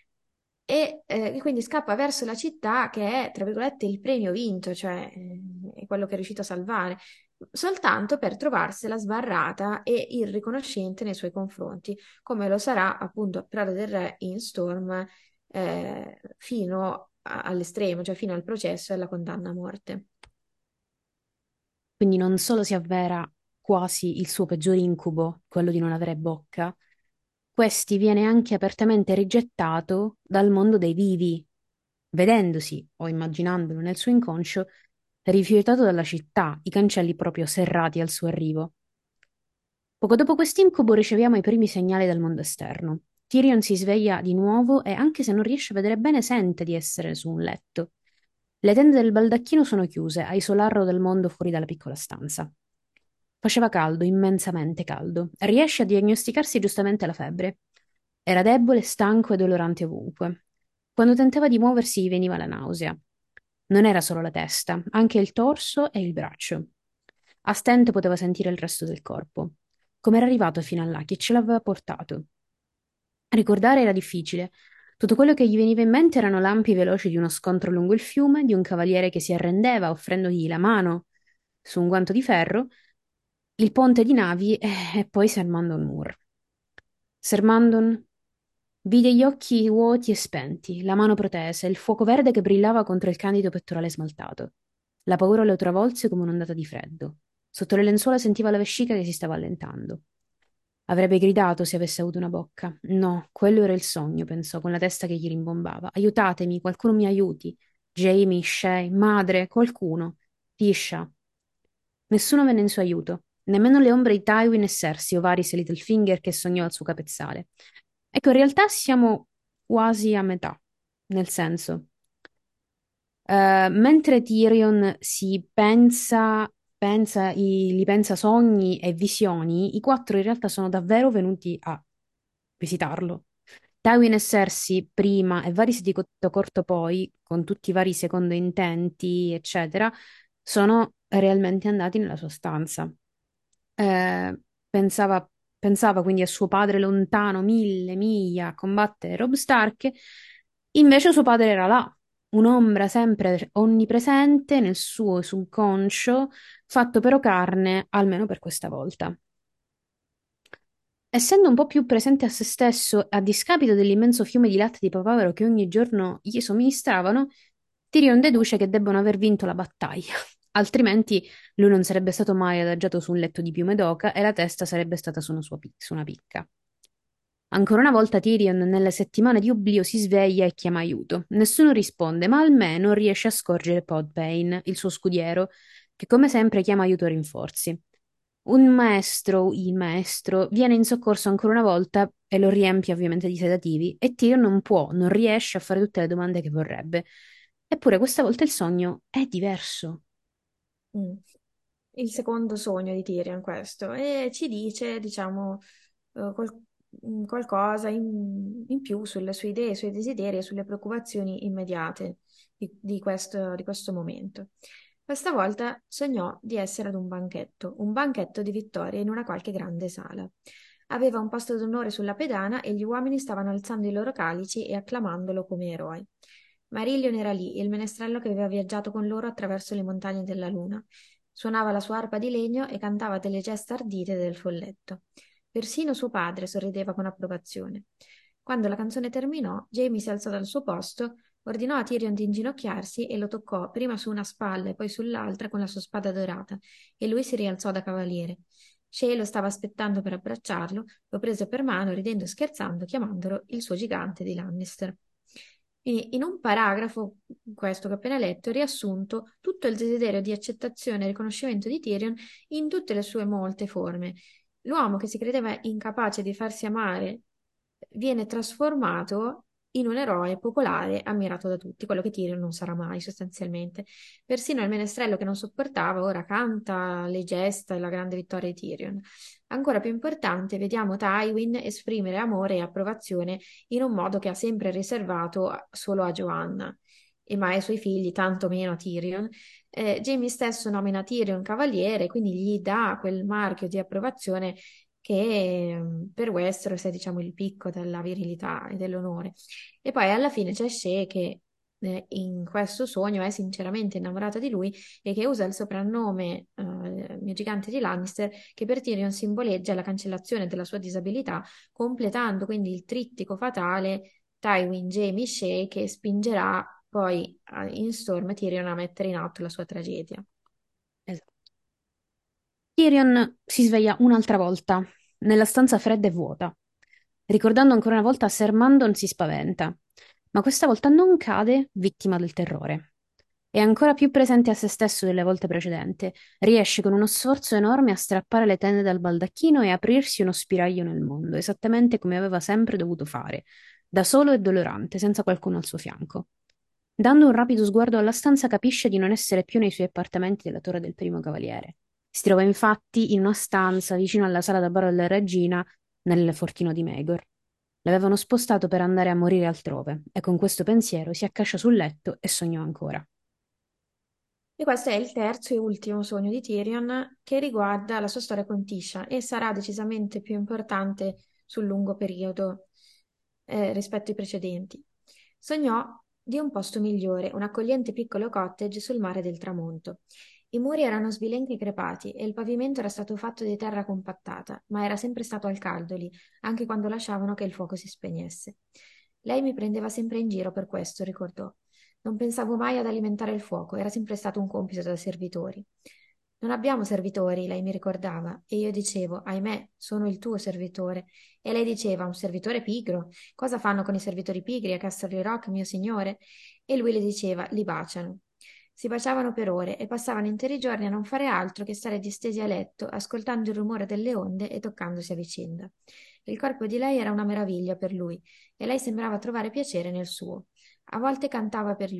E quindi scappa verso la città che è, tra virgolette, il premio vinto, cioè è quello che è riuscito a salvare, soltanto per trovarsela sbarrata e irriconoscente nei suoi confronti, come lo sarà appunto a Prado del Re in Storm, fino all'estremo, cioè fino al processo e alla condanna a morte. Quindi non solo si avvera quasi il suo peggior incubo, quello di non avere bocca, questi viene anche apertamente rigettato dal mondo dei vivi, vedendosi, o immaginandolo nel suo inconscio, rifiutato dalla città, i cancelli proprio serrati al suo arrivo. Poco dopo quest'incubo riceviamo i primi segnali dal mondo esterno. Tyrion si sveglia di nuovo e, anche se non riesce a vedere bene, sente di essere su un letto. Le tende del baldacchino sono chiuse, a isolarlo dal mondo fuori dalla piccola stanza. Faceva caldo, immensamente caldo. Riesce a diagnosticarsi giustamente la febbre. Era debole, stanco e dolorante ovunque. Quando tentava di muoversi gli veniva la nausea. Non era solo la testa, anche il torso e il braccio. A stento poteva sentire il resto del corpo. Come era arrivato fino a là? Chi ce l'aveva portato? Ricordare era difficile. Tutto quello che gli veniva in mente erano lampi veloci di uno scontro lungo il fiume, di un cavaliere che si arrendeva offrendogli la mano su un guanto di ferro, il ponte di navi e poi Sir Mandon Moore. Sir Mandon vide gli occhi vuoti e spenti, la mano protesa, il fuoco verde che brillava contro il candido pettorale smaltato. La paura lo travolse come un'ondata di freddo. Sotto le lenzuola sentiva la vescica che si stava allentando. Avrebbe gridato se avesse avuto una bocca. No, quello era il sogno, pensò, con la testa che gli rimbombava. Aiutatemi, qualcuno mi aiuti. Jamie, Shay, madre, qualcuno. Tisha. Nessuno venne in suo aiuto, nemmeno le ombre di Tywin e Cersei o Varys e Littlefinger che sognò al suo capezzale. Ecco, in realtà siamo quasi a metà, nel senso, Mentre Tyrion li pensa sogni e visioni, i quattro in realtà sono davvero venuti a visitarlo. Tywin e Cersei prima e vari di corto poi, con tutti i vari secondo intenti, eccetera, sono realmente andati nella sua stanza. Eh, pensava, pensava quindi a suo padre lontano mille miglia a combattere Robb Stark, invece suo padre era là, un'ombra sempre onnipresente nel suo subconscio, fatto però carne, almeno per questa volta. Essendo un po' più presente a se stesso, a discapito dell'immenso fiume di latte di papavero che ogni giorno gli somministravano, Tyrion deduce che debbono aver vinto la battaglia, altrimenti lui non sarebbe stato mai adagiato su un letto di piume d'oca e la testa sarebbe stata su una picca. Ancora una volta Tyrion nelle settimane di oblio si sveglia e chiama aiuto. Nessuno risponde, ma almeno riesce a scorgere Podbane, il suo scudiero, che come sempre chiama aiuto e rinforzi. Il maestro, viene in soccorso ancora una volta e lo riempie ovviamente di sedativi e Tyrion non riesce a fare tutte le domande che vorrebbe. Eppure questa volta il sogno è diverso. Mm. Il secondo sogno di Tyrion questo e ci dice, diciamo, qualcosa in più sulle sue idee, i suoi desideri e sulle preoccupazioni immediate di questo momento. Questa volta sognò di essere ad un banchetto di vittoria in una qualche grande sala. Aveva un posto d'onore sulla pedana e gli uomini stavano alzando i loro calici e acclamandolo come eroe. Marillion era lì, il menestrello che aveva viaggiato con loro attraverso le montagne della luna. Suonava la sua arpa di legno e cantava delle gesta ardite del folletto. Persino suo padre sorrideva con approvazione. Quando la canzone terminò, Jamie si alzò dal suo posto, ordinò a Tyrion di inginocchiarsi e lo toccò prima su una spalla e poi sull'altra con la sua spada dorata, e lui si rialzò da cavaliere. Shay lo stava aspettando per abbracciarlo, lo prese per mano, ridendo e scherzando, chiamandolo il suo gigante di Lannister. E in un paragrafo, questo che ho appena letto, è riassunto tutto il desiderio di accettazione e riconoscimento di Tyrion in tutte le sue molte forme. L'uomo che si credeva incapace di farsi amare viene trasformato in un eroe popolare ammirato da tutti, quello che Tyrion non sarà mai sostanzialmente. Persino il menestrello che non sopportava ora canta le gesta e la grande vittoria di Tyrion. Ancora più importante, vediamo Tywin esprimere amore e approvazione in un modo che ha sempre riservato solo a Joanna e mai ai suoi figli, tanto meno a Tyrion. Jaime stesso nomina Tyrion cavaliere, quindi gli dà quel marchio di approvazione che per Westeros è diciamo il picco della virilità e dell'onore. E poi alla fine c'è Shay che in questo sogno è sinceramente innamorata di lui e che usa il soprannome mio gigante di Lannister, che per Tyrion simboleggia la cancellazione della sua disabilità, completando quindi il trittico fatale Tywin, Jaime, Shay che spingerà poi in Storm Tyrion a mettere in atto la sua tragedia. Esatto. Tyrion si sveglia un'altra volta, nella stanza fredda e vuota. Ricordando ancora una volta Ser Mandon si spaventa, ma questa volta non cade vittima del terrore. È ancora più presente a se stesso delle volte precedenti. Riesce con uno sforzo enorme a strappare le tende dal baldacchino e aprirsi uno spiraglio nel mondo, esattamente come aveva sempre dovuto fare, da solo e dolorante, senza qualcuno al suo fianco. Dando un rapido sguardo alla stanza, capisce di non essere più nei suoi appartamenti della Torre del Primo Cavaliere. Si trova infatti in una stanza vicino alla sala da bar della regina, nel fortino di Megor. L'avevano spostato per andare a morire altrove, e con questo pensiero si accascia sul letto e sognò ancora. E questo è il terzo e ultimo sogno di Tyrion che riguarda la sua storia con Tisha e sarà decisamente più importante sul lungo periodo rispetto ai precedenti. Sognò di un posto migliore, un accogliente piccolo cottage sul mare del tramonto. I muri erano sbilenchi e crepati e il pavimento era stato fatto di terra compattata, ma era sempre stato al caldo lì, anche quando lasciavano che il fuoco si spegnesse. Lei mi prendeva sempre in giro per questo, ricordò. Non pensavo mai ad alimentare il fuoco, era sempre stato un compito da servitori. Non abbiamo servitori, lei mi ricordava, e io dicevo, ahimè, sono il tuo servitore. E lei diceva, un servitore pigro? Cosa fanno con i servitori pigri a Castle Rock, mio signore? E lui le diceva, li baciano. Si baciavano per ore e passavano interi giorni a non fare altro che stare distesi a letto, ascoltando il rumore delle onde e toccandosi a vicenda. Il corpo di lei era una meraviglia per lui, e lei sembrava trovare piacere nel suo. A volte cantava per lui.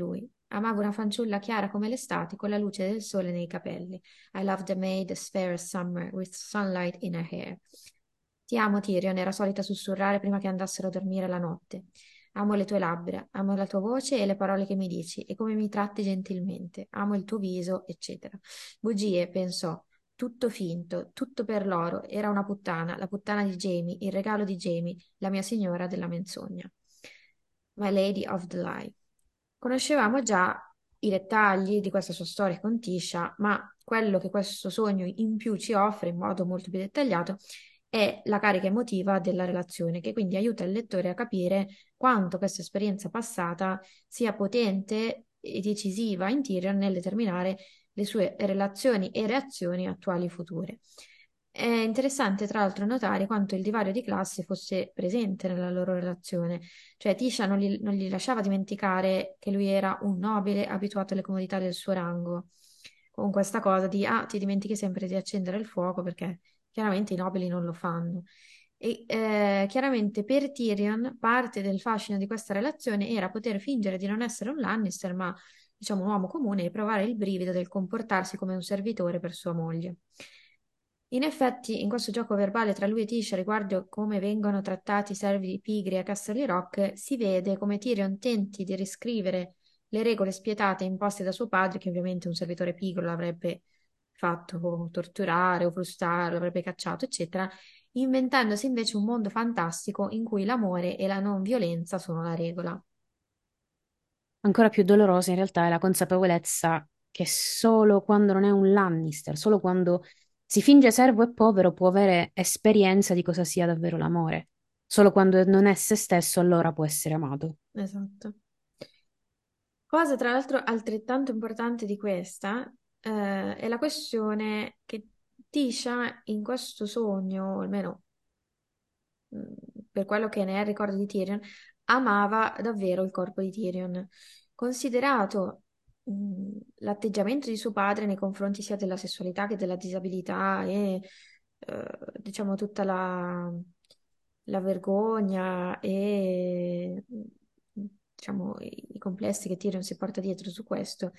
Amavo una fanciulla chiara come l'estate con la luce del sole nei capelli. I loved a maid as fair as summer with sunlight in her hair. Ti amo, Tyrion, era solita sussurrare prima che andassero a dormire la notte. Amo le tue labbra, amo la tua voce e le parole che mi dici e come mi tratti gentilmente. Amo il tuo viso, eccetera. Bugie, pensò. Tutto finto, tutto per loro. Era una puttana, la puttana di Jamie, il regalo di Jamie, la mia signora della menzogna. My Lady of the Lie. Conoscevamo già i dettagli di questa sua storia con Tisha, ma quello che questo sogno in più ci offre in modo molto più dettagliato è la carica emotiva della relazione, che quindi aiuta il lettore a capire quanto questa esperienza passata sia potente e decisiva in Tyrion nel determinare le sue relazioni e reazioni attuali e future. È interessante tra l'altro notare quanto il divario di classe fosse presente nella loro relazione, cioè Tisha non gli lasciava dimenticare che lui era un nobile abituato alle comodità del suo rango, con questa cosa di ti dimentichi sempre di accendere il fuoco perché chiaramente i nobili non lo fanno. E chiaramente per Tyrion parte del fascino di questa relazione era poter fingere di non essere un Lannister, ma diciamo un uomo comune e provare il brivido del comportarsi come un servitore per sua moglie. In effetti, in questo gioco verbale tra lui e Tisha riguardo come vengono trattati i servi pigri a Casterly Rock, si vede come Tyrion tenti di riscrivere le regole spietate imposte da suo padre, che ovviamente un servitore pigro l'avrebbe fatto torturare o frustare, l'avrebbe cacciato, eccetera, inventandosi invece un mondo fantastico in cui l'amore e la non violenza sono la regola. Ancora più dolorosa in realtà è la consapevolezza che solo quando non è un Lannister, solo quando si finge servo e povero può avere esperienza di cosa sia davvero l'amore. Solo quando non è se stesso allora può essere amato. Esatto. Cosa tra l'altro altrettanto importante di questa è la questione che Tisha in questo sogno, o almeno mh, per quello che ne è il ricordo di Tyrion, amava davvero il corpo di Tyrion. Considerato l'atteggiamento di suo padre nei confronti sia della sessualità che della disabilità e diciamo tutta la vergogna e diciamo i complessi che Tyrion si porta dietro su questo.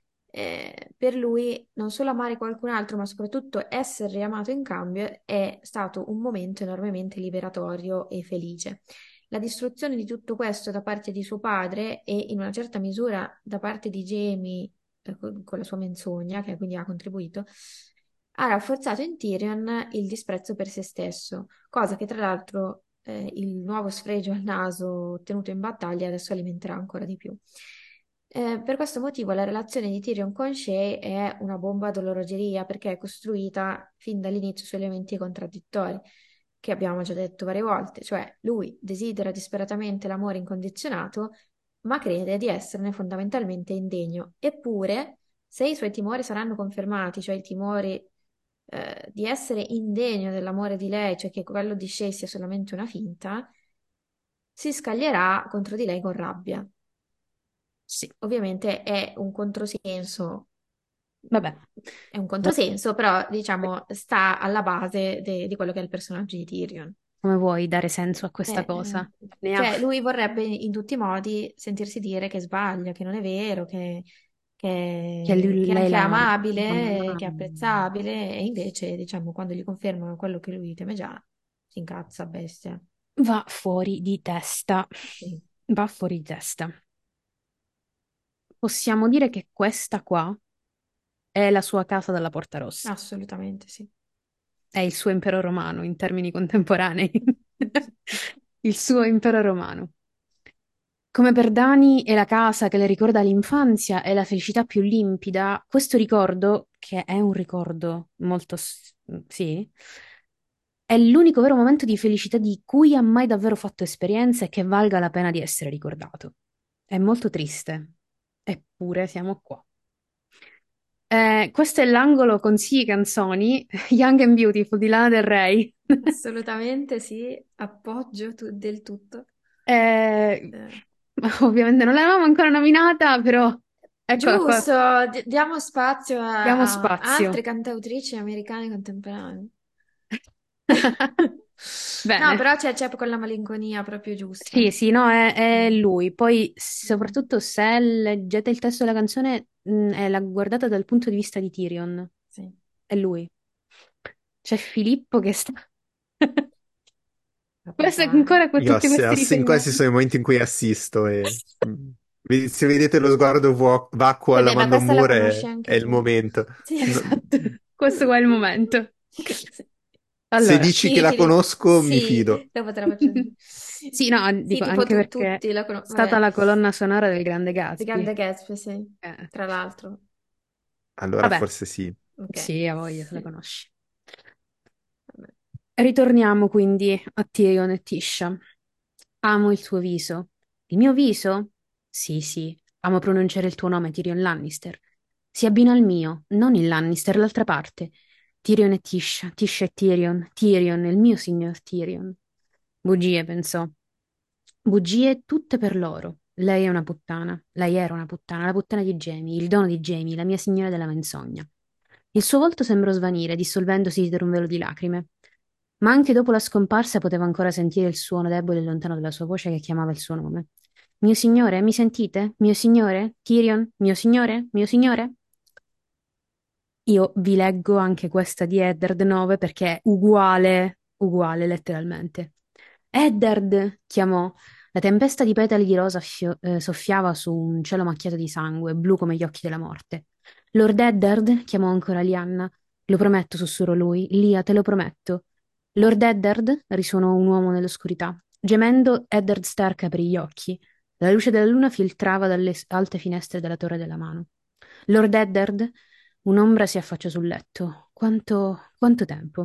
Per lui non solo amare qualcun altro, ma soprattutto essere amato in cambio è stato un momento enormemente liberatorio e felice. La distruzione di tutto questo da parte di suo padre e in una certa misura da parte di Jamie, con la sua menzogna, che quindi ha contribuito, ha rafforzato in Tyrion il disprezzo per se stesso, cosa che tra l'altro il nuovo sfregio al naso ottenuto in battaglia adesso alimenterà ancora di più. Per questo motivo la relazione di Tyrion con Shae è una bomba ad orologeria perché è costruita fin dall'inizio su elementi contraddittori, che abbiamo già detto varie volte, cioè lui desidera disperatamente l'amore incondizionato, ma crede di esserne fondamentalmente indegno. Eppure, se i suoi timori saranno confermati, cioè i timori di essere indegno dell'amore di lei, cioè che quello di Shae sia solamente una finta, si scaglierà contro di lei con rabbia. Sì, Ovviamente vabbè. è un No, controsenso, però diciamo sta alla base di quello che è il personaggio di Tyrion. come vuoi dare senso a questa Eh, cosa? Ne ha. cioè, lui vorrebbe in tutti i modi sentirsi dire che sbaglia, che non è vero, Che che lei anche è la amabile, ama. che è apprezzabile, e invece, diciamo, quando gli confermano quello che lui teme già, si incazza, bestia. Va fuori di testa. Sì, Va fuori di testa. Possiamo dire che questa qua è la sua casa dalla Porta Rossa. assolutamente sì. È il suo impero romano in termini contemporanei. Il suo impero romano. Come per Dani è la casa che le ricorda l'infanzia e la felicità più limpida, questo ricordo, che è un ricordo molto, sì, è l'unico vero momento di felicità di cui ha mai davvero fatto esperienza e che valga la pena di essere ricordato. È molto triste, eppure siamo qua. Questo è l'angolo consigli canzoni, Young and Beautiful di Lana Del Rey. Assolutamente sì, appoggio del tutto. Eh, Eh, ovviamente non l'avevamo ancora nominata, però eccola qua. giusto, diamo spazio Diamo a altre spazio. cantautrici americane contemporanee. No, Bene. però c'è quella malinconia proprio giusta. Sì, sì, no, è Mm. lui. Poi, Mm. soprattutto se leggete il testo della canzone, è la guardata dal punto di vista di Tyrion. Sì. È lui. C'è Filippo che sta... Vabbè, Questo è dai. ancora con tutti questi Questi riferimenti. sono i momenti in cui assisto e se vedete lo sguardo vacuo alla Vabbè, ma Mandon questa la Moore conosci è anche il tu. momento. Sì. No, Esatto, questo qua è il momento. Sì. se Allora, dici che la Sì, conosco, mi fido. sì, dopo te la faccio sentire. sì, no, Sì, dico tipo anche perché è tutti la conoscono. stata Vabbè, la colonna sonora del Grande The Gatsby. Grande Gatsby, sì, Eh, tra l'altro. Allora Vabbè, forse sì. Ok. sì, a voglia se la Sì, conosci. vabbè. Ritorniamo quindi a Tyrion e Tisha. Amo il tuo viso. Il mio viso? Sì, sì, amo pronunciare il tuo nome, Tyrion Lannister. Si abbina al mio, non il Lannister, l'altra parte. Tyrion e Tisha, Tisha e Tyrion, Tyrion, il mio signor Tyrion. Bugie, pensò. Bugie tutte per loro. Lei è una puttana. Lei era una puttana, la puttana di Jamie, il dono di Jamie, la mia signora della menzogna. Il suo volto sembrò svanire, dissolvendosi dietro un velo di lacrime. Ma anche dopo la scomparsa poteva ancora sentire il suono debole e lontano della sua voce che chiamava il suo nome. Mio signore, mi sentite? Mio signore? Tyrion? Mio signore? Mio signore? Io vi leggo anche questa di Eddard 9 perché è uguale, uguale letteralmente. Eddard, chiamò. La tempesta di petali di rosa soffiava su un cielo macchiato di sangue, blu come gli occhi della morte. Lord Eddard, chiamò ancora Lianna. Lo prometto, sussurrò lui. Lia, te lo prometto. Lord Eddard, risuonò un uomo nell'oscurità. Gemendo, Eddard Stark aprì gli occhi. La luce della luna filtrava dalle alte finestre della torre della mano. Lord Eddard, un'ombra si affacciò sul letto. Quanto tempo?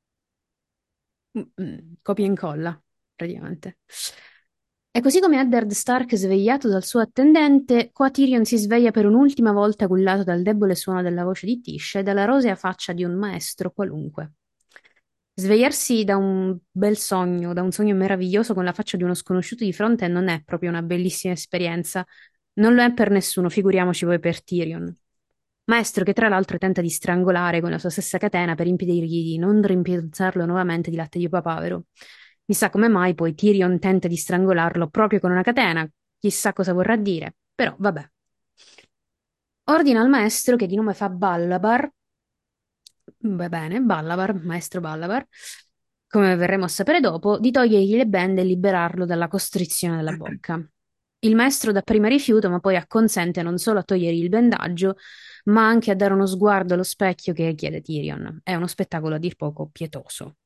Copia e incolla, praticamente. E così come Eddard Stark svegliato dal suo attendente, qua Tyrion si sveglia per un'ultima volta cullato dal debole suono della voce di Tish e dalla rosea faccia di un maestro qualunque. Svegliarsi da un bel sogno, da un sogno meraviglioso con la faccia di uno sconosciuto di fronte non è proprio una bellissima esperienza. Non lo è per nessuno, figuriamoci voi per Tyrion. Maestro che tra l'altro tenta di strangolare con la sua stessa catena per impedirgli di non rimpiazzarlo nuovamente di latte di papavero. Chissà come mai poi Tyrion tenta di strangolarlo proprio con una catena, chissà cosa vorrà dire, però vabbè. Ordina al maestro che di nome fa Ballabar, va bene, Ballabar, maestro Ballabar, come verremo a sapere dopo, di togliergli le bende e liberarlo dalla costrizione della bocca. Il maestro dapprima rifiuta, ma poi acconsente non solo a togliergli il bendaggio, ma anche a dare uno sguardo allo specchio che chiede Tyrion. È uno spettacolo a dir poco pietoso.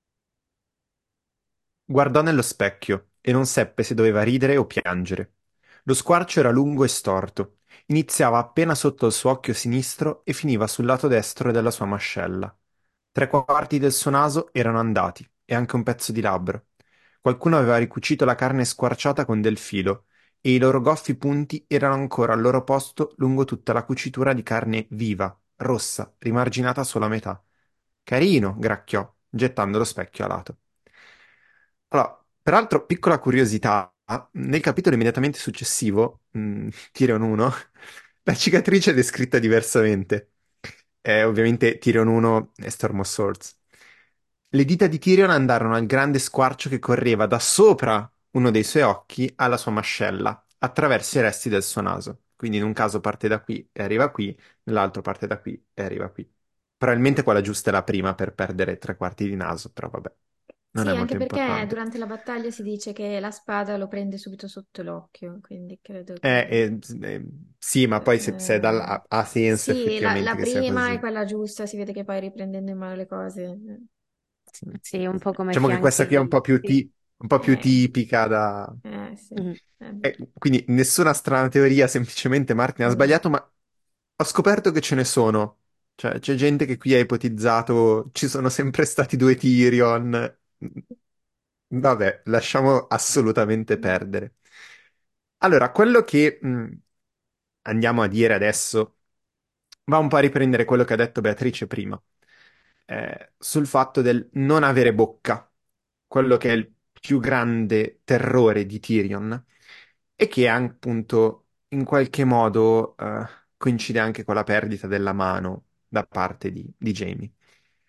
Guardò nello specchio e non seppe se doveva ridere o piangere. Lo squarcio era lungo e storto. Iniziava appena sotto il suo occhio sinistro e finiva sul lato destro della sua mascella. Tre quarti del suo naso erano andati e anche un pezzo di labbro. Qualcuno aveva ricucito la carne squarciata con del filo e i loro goffi punti erano ancora al loro posto lungo tutta la cucitura di carne viva, rossa, rimarginata solo a metà. Carino, gracchiò, gettando lo specchio a lato. Allora, peraltro, piccola curiosità, nel capitolo immediatamente successivo, Tyrion 1, la cicatrice è descritta diversamente. È ovviamente Tyrion 1 e Storm of Swords. Le dita di Tyrion andarono al grande squarcio che correva da sopra uno dei suoi occhi alla sua mascella, attraverso i resti del suo naso. Quindi in un caso parte da qui e arriva qui, nell'altro parte da qui e arriva qui. Probabilmente quella giusta è la prima per perdere tre quarti di naso, però vabbè, non è Sì, anche molto perché importante. durante la battaglia si dice che la spada lo prende subito sotto l'occhio, quindi credo che... Sì, ma poi se ha senso Sì, la effettivamente che sia prima è così. quella giusta, si vede che poi riprendendo in mano le cose... Sì, un po' come i Diciamo che questa qui è fianchi. Sì. un po' più Eh, tipica da... sì. Mhm. Quindi nessuna strana teoria, semplicemente Martin ha Mm. sbagliato, ma ho scoperto che ce ne sono. Cioè, c'è gente che qui ha ipotizzato, ci sono sempre stati due Tyrion. Vabbè, lasciamo assolutamente perdere. Allora, quello che andiamo a dire adesso va un po' a riprendere quello che ha detto Beatrice prima, sul fatto del non avere bocca, quello che è il più grande terrore di Tyrion e che appunto in qualche modo coincide anche con la perdita della mano da parte di Jaime.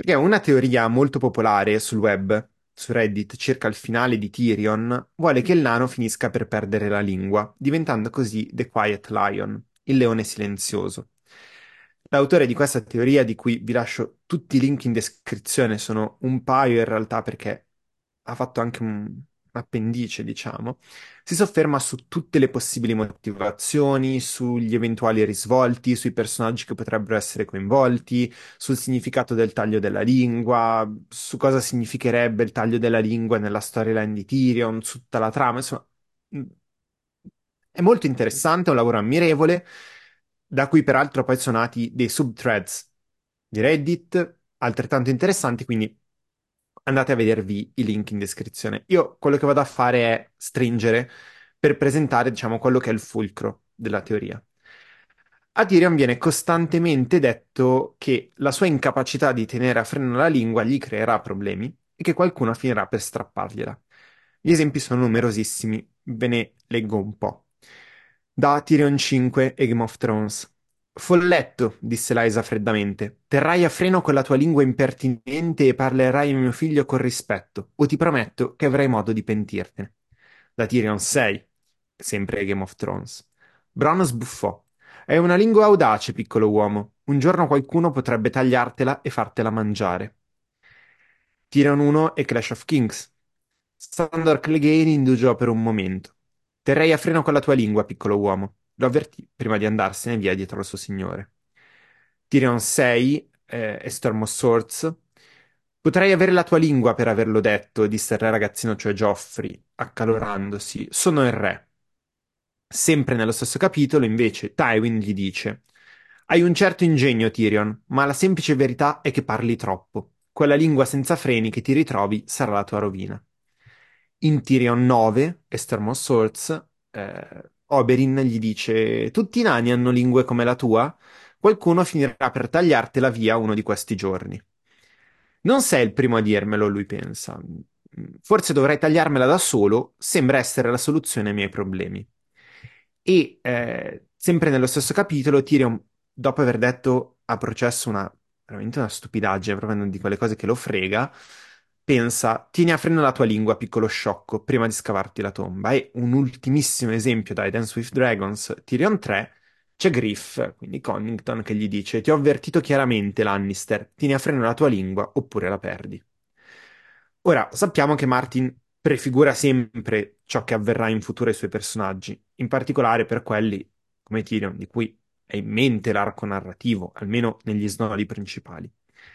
Perché una teoria molto popolare sul web, su Reddit, circa il finale di Tyrion, vuole che il nano finisca per perdere la lingua, diventando così The Quiet Lion, il leone silenzioso. L'autore di questa teoria, di cui vi lascio tutti i link in descrizione, sono un paio in realtà perché ha fatto anche un appendice, diciamo, si sofferma su tutte le possibili motivazioni, sugli eventuali risvolti, sui personaggi che potrebbero essere coinvolti, sul significato del taglio della lingua, su cosa significherebbe il taglio della lingua nella storyline di Tyrion, su tutta la trama, insomma, mh, è molto interessante, è un lavoro ammirevole, da cui peraltro poi sono nati dei subthreads di Reddit altrettanto interessanti, quindi andate a vedervi i link in descrizione. Io quello che vado a fare è stringere per presentare, diciamo, quello che è il fulcro della teoria. A Tyrion viene costantemente detto che la sua incapacità di tenere a freno la lingua gli creerà problemi e che qualcuno finirà per strappargliela. Gli esempi sono numerosissimi, ve ne leggo un po'. Da Tyrion 5 e Game of Thrones. Folletto, disse Lysa freddamente, terrai a freno quella tua lingua impertinente e parlerai a mio figlio con rispetto, o ti prometto che avrai modo di pentirtene. Da Tyrion 6, sempre Game of Thrones. Bronn sbuffò. È una lingua audace, piccolo uomo. Un giorno qualcuno potrebbe tagliartela e fartela mangiare. Tyrion 1 e Clash of Kings. Sandor Clegane indugiò per un momento. Terrei a freno con la tua lingua, piccolo uomo. Lo avvertì prima di andarsene via dietro al suo signore. Tyrion 6 e Storm of Swords. Potrei avere la tua lingua per averlo detto, disse il re ragazzino, cioè Joffrey, accalorandosi. Sono il re. Sempre nello stesso capitolo, invece, Tywin gli dice: Hai un certo ingegno, Tyrion, ma la semplice verità è che parli troppo. Quella lingua senza freni che ti ritrovi sarà la tua rovina. In Tyrion 9, Estermo Swords, Oberyn gli dice: Tutti i nani hanno lingue come la tua? Qualcuno finirà per tagliartela via uno di questi giorni. Non sei il primo a dirmelo, lui pensa. Forse dovrei tagliarmela da solo, sembra essere la soluzione ai miei problemi. E sempre nello stesso capitolo, Tyrion, dopo aver detto a processo veramente una stupidaggine, proprio una di quelle cose che lo frega, pensa, tieni a freno la tua lingua, piccolo sciocco, prima di scavarti la tomba. E un ultimissimo esempio da Dance with Dragons, Tyrion 3, c'è Griff, quindi Connington, che gli dice, ti ho avvertito chiaramente, Lannister, tieni a freno la tua lingua oppure la perdi. Ora, sappiamo che Martin prefigura sempre ciò che avverrà in futuro ai suoi personaggi, in particolare per quelli come Tyrion, di cui è in mente l'arco narrativo, almeno negli snodi principali.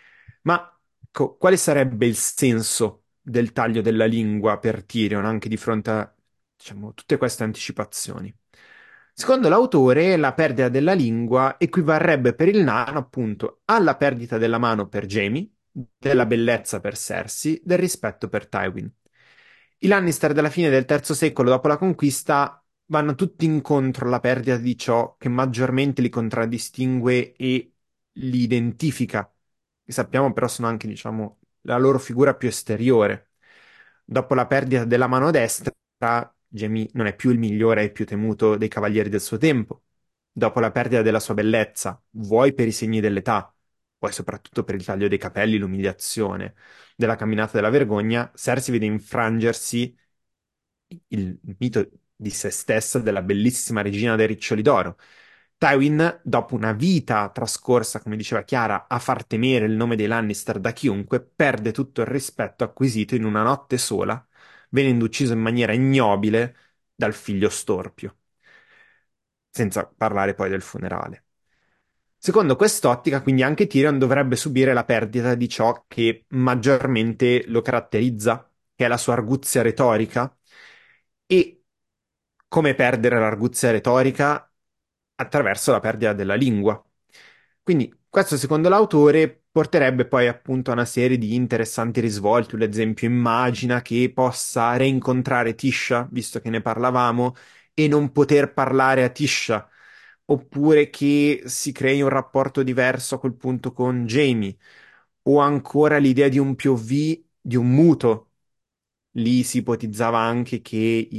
Ma quale sarebbe il senso del taglio della lingua per Tyrion anche di fronte a, diciamo, tutte queste anticipazioni? Secondo l'autore, la perdita della lingua equivarrebbe per il nano appunto alla perdita della mano per Jaime, della bellezza per Cersei, del rispetto per Tywin. I Lannister della fine del terzo secolo dopo la conquista vanno tutti incontro alla perdita di ciò che maggiormente li contraddistingue e li identifica, che sappiamo però sono anche, diciamo, la loro figura più esteriore. Dopo la perdita della mano destra, Jaime non è più il migliore e più temuto dei cavalieri del suo tempo. Dopo la perdita della sua bellezza, vuoi per i segni dell'età, vuoi soprattutto per il taglio dei capelli, l'umiliazione della camminata della vergogna, Cersei vede infrangersi il mito di se stessa della bellissima regina dei Riccioli d'Oro. Tywin, dopo una vita trascorsa, come diceva Chiara, a far temere il nome dei Lannister da chiunque, perde tutto il rispetto acquisito in una notte sola, venendo ucciso in maniera ignobile dal figlio storpio, senza parlare poi del funerale. Secondo quest'ottica, quindi anche Tyrion dovrebbe subire la perdita di ciò che maggiormente lo caratterizza, che è la sua arguzia retorica, e come perdere l'arguzia retorica attraverso la perdita della lingua. Quindi questo, secondo l'autore, porterebbe poi appunto a una serie di interessanti risvolti. Ad esempio, immagina che possa reincontrare Tisha, visto che ne parlavamo, e non poter parlare a Tisha, oppure che si crei un rapporto diverso a quel punto con Jamie, o ancora l'idea di un POV, di un muto. Lì si ipotizzava anche che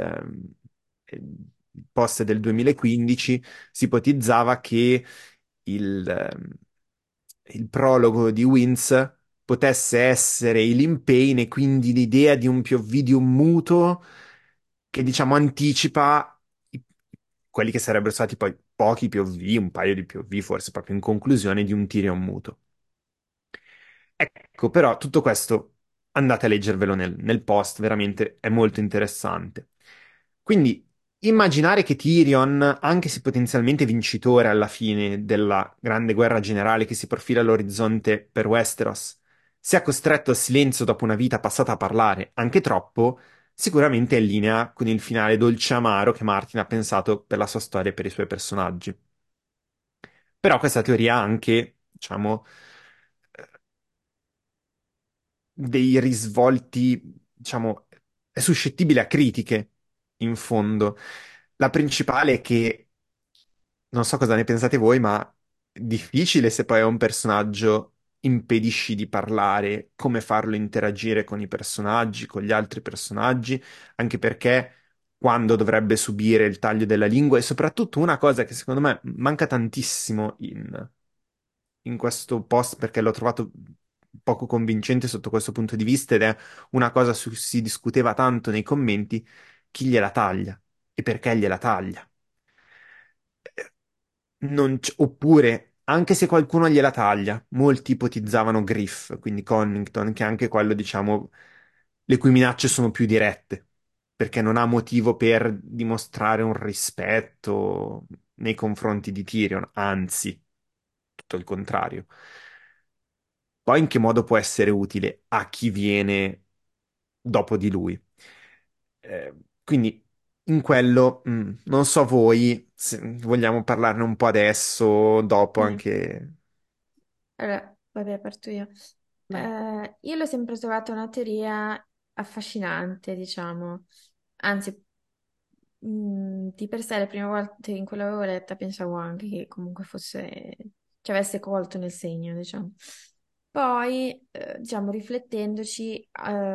il post del 2015 si ipotizzava che il, ehm, il prologo di Winds potesse essere i Liam Payne e quindi l'idea di un POV di un muto che diciamo anticipa quelli che sarebbero stati poi pochi POV, un paio di POV forse proprio in conclusione di un Tyrion muto. Ecco, però tutto questo andate a leggervelo nel post, veramente è molto interessante. Quindi immaginare che Tyrion, anche se potenzialmente vincitore alla fine della grande guerra generale che si profila all'orizzonte per Westeros, sia costretto al silenzio dopo una vita passata a parlare, anche troppo, sicuramente è in linea con il finale dolce e amaro che Martin ha pensato per la sua storia e per i suoi personaggi. Però questa teoria ha anche, diciamo, dei risvolti, diciamo, è suscettibile a critiche, in fondo. La principale è che, non so cosa ne pensate voi, ma è difficile se poi a un personaggio impedisci di parlare, come farlo interagire con i personaggi, con gli altri personaggi, anche perché quando dovrebbe subire il taglio della lingua, e soprattutto una cosa che secondo me manca tantissimo in questo post perché l'ho trovato poco convincente sotto questo punto di vista ed è una cosa su cui si discuteva tanto nei commenti, chi gliela taglia e perché gliela taglia. Oppure, anche se qualcuno gliela taglia, molti ipotizzavano Griff, quindi Connington, che è anche quello, diciamo, le cui minacce sono più dirette, perché non ha motivo per dimostrare un rispetto nei confronti di Tyrion, anzi, tutto il contrario. Poi in che modo può essere utile a chi viene dopo di lui? Quindi in quello, non so voi, se vogliamo parlarne un po' adesso, dopo Sì. anche... Allora, vabbè, parto io. Vai. Io l'ho sempre trovata una teoria affascinante, diciamo. Anzi, di per sé le prime volte in cui l'avevo letta pensavo anche che comunque fosse, ci avesse colto nel segno, diciamo. Poi, diciamo, riflettendoci,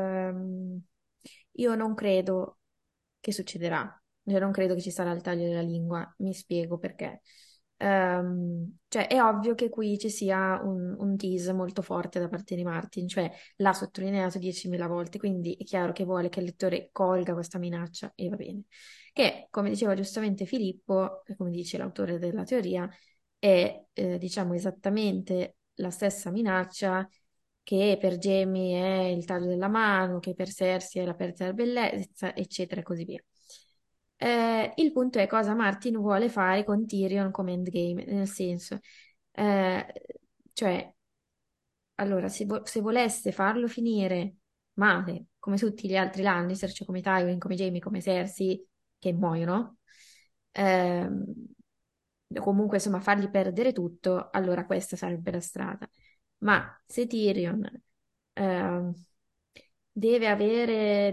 io non credo che succederà. Io non credo che ci sarà il taglio della lingua. Mi spiego perché. Cioè, è ovvio che qui ci sia un tease molto forte da parte di Martin, cioè l'ha sottolineato 10.000 volte, quindi è chiaro che vuole che il lettore colga questa minaccia e va bene. Che, come diceva giustamente Filippo, e come dice l'autore della teoria, è, diciamo, esattamente la stessa minaccia che per Jamie è il taglio della mano, che per Cersei è la perdita della bellezza, eccetera e così via. Il punto è cosa Martin vuole fare con Tyrion come endgame, nel senso, eh, cioè, allora, se volesse farlo finire male, come tutti gli altri Lannister, cioè come Tywin, come Jaime, come Cersei, che muoiono, ehm, o comunque insomma fargli perdere tutto, allora questa sarebbe la strada. Ma se Tyrion ehm, deve avere,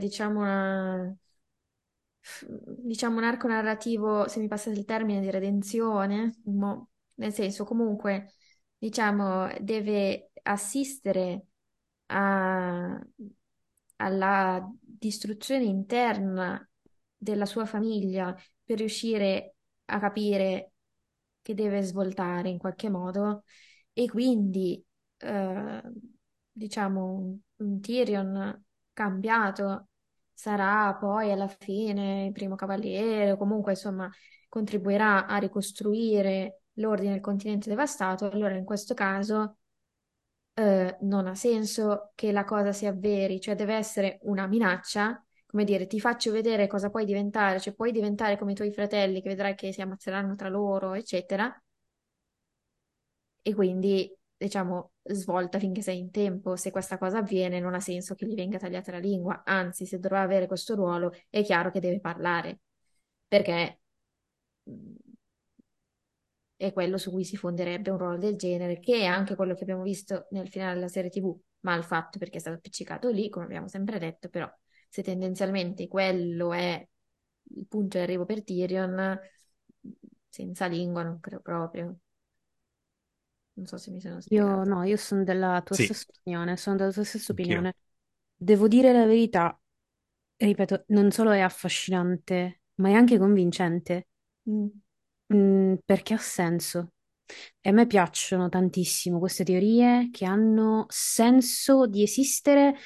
diciamo, un arco narrativo, se mi passate il termine, di redenzione, nel senso comunque, diciamo, deve assistere a- alla distruzione interna della sua famiglia per riuscire a capire che deve svoltare in qualche modo e quindi, eh, diciamo, un Tyrion cambiato sarà poi alla fine il primo cavaliere o comunque insomma contribuirà a ricostruire l'ordine del continente devastato, allora in questo caso non ha senso che la cosa si avveri, cioè deve essere una minaccia, come dire, ti faccio vedere cosa puoi diventare, cioè puoi diventare come i tuoi fratelli che vedrai che si ammazzeranno tra loro, eccetera, e quindi, diciamo, svolta finché sei in tempo. Se questa cosa avviene, non ha senso che gli venga tagliata la lingua, anzi, se dovrà avere questo ruolo, è chiaro che deve parlare, perché mh, è quello su cui si fonderebbe un ruolo del genere, che è anche quello che abbiamo visto nel finale della serie TV, mal fatto perché è stato appiccicato lì, come abbiamo sempre detto, però se tendenzialmente quello è il punto di arrivo per Tyrion, senza lingua non credo proprio. Non so se mi sono Io spiegata. no, io sono della tua Sì, stessa opinione, sono della tua stessa anch'io. opinione. Devo dire la verità, ripeto, non solo è affascinante, ma è anche convincente, Mm. perché ha senso. E a me piacciono tantissimo queste teorie che hanno senso di esistere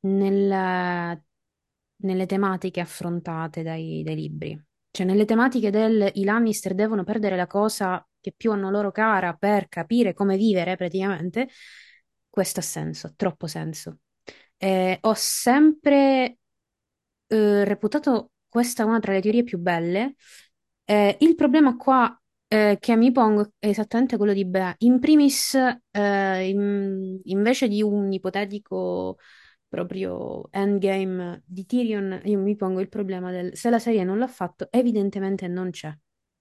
nelle tematiche affrontate dai libri. Cioè, nelle tematiche del i Lannister devono perdere la cosa che più hanno loro cara per capire come vivere, praticamente, questo ha senso, ha troppo senso. Ho sempre reputato questa una tra le teorie più belle. Il problema qua che mi pongo è esattamente quello di Bea. In primis, invece di un ipotetico proprio endgame di Tyrion, io mi pongo il problema del se la serie non l'ha fatto, evidentemente non c'è.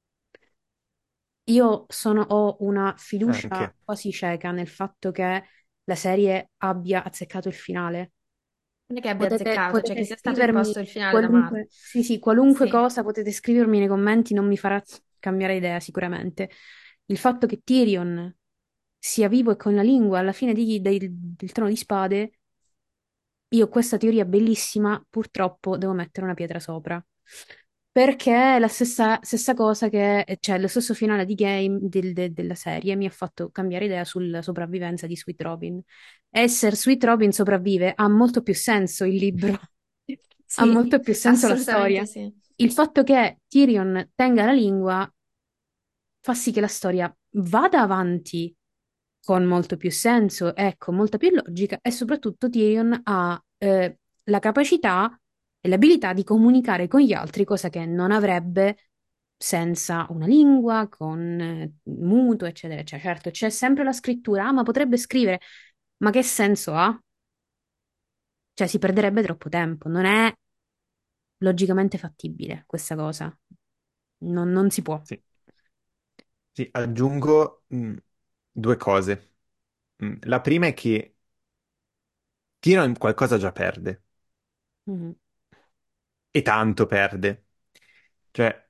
Ho una fiducia Anche. quasi cieca nel fatto che la serie abbia azzeccato il finale. Non è che abbia Potete, azzeccato, cioè potete che sia stato scrivermi imposto il finale da Mark. qualunque, sì, sì, qualunque Sì. cosa potete scrivermi nei commenti, non mi farà cambiare idea sicuramente. Il fatto che Tyrion sia vivo e con la lingua alla fine del Trono di Spade, io questa teoria bellissima, purtroppo devo mettere una pietra sopra. Perché è la stessa cosa cioè lo stesso finale di game della serie mi ha fatto cambiare idea sulla sopravvivenza di Sweet Robin. Essere Sweet Robin sopravvive ha molto più senso il libro, ha Sì, molto più senso la assolutamente storia. sì. Il fatto che Tyrion tenga la lingua fa sì che la storia vada avanti con molto più senso e con molta più logica e soprattutto Tyrion ha la capacità e l'abilità di comunicare con gli altri, cosa che non avrebbe senza una lingua, con muto, eccetera, eccetera. Certo, c'è sempre la scrittura, ma potrebbe scrivere, ma che senso ha? Cioè, si perderebbe troppo tempo, non è logicamente fattibile questa cosa, non si può. Sì. Sì, aggiungo due cose. La prima è che Tyrion qualcosa già perde, Mhm. e tanto perde. Cioè,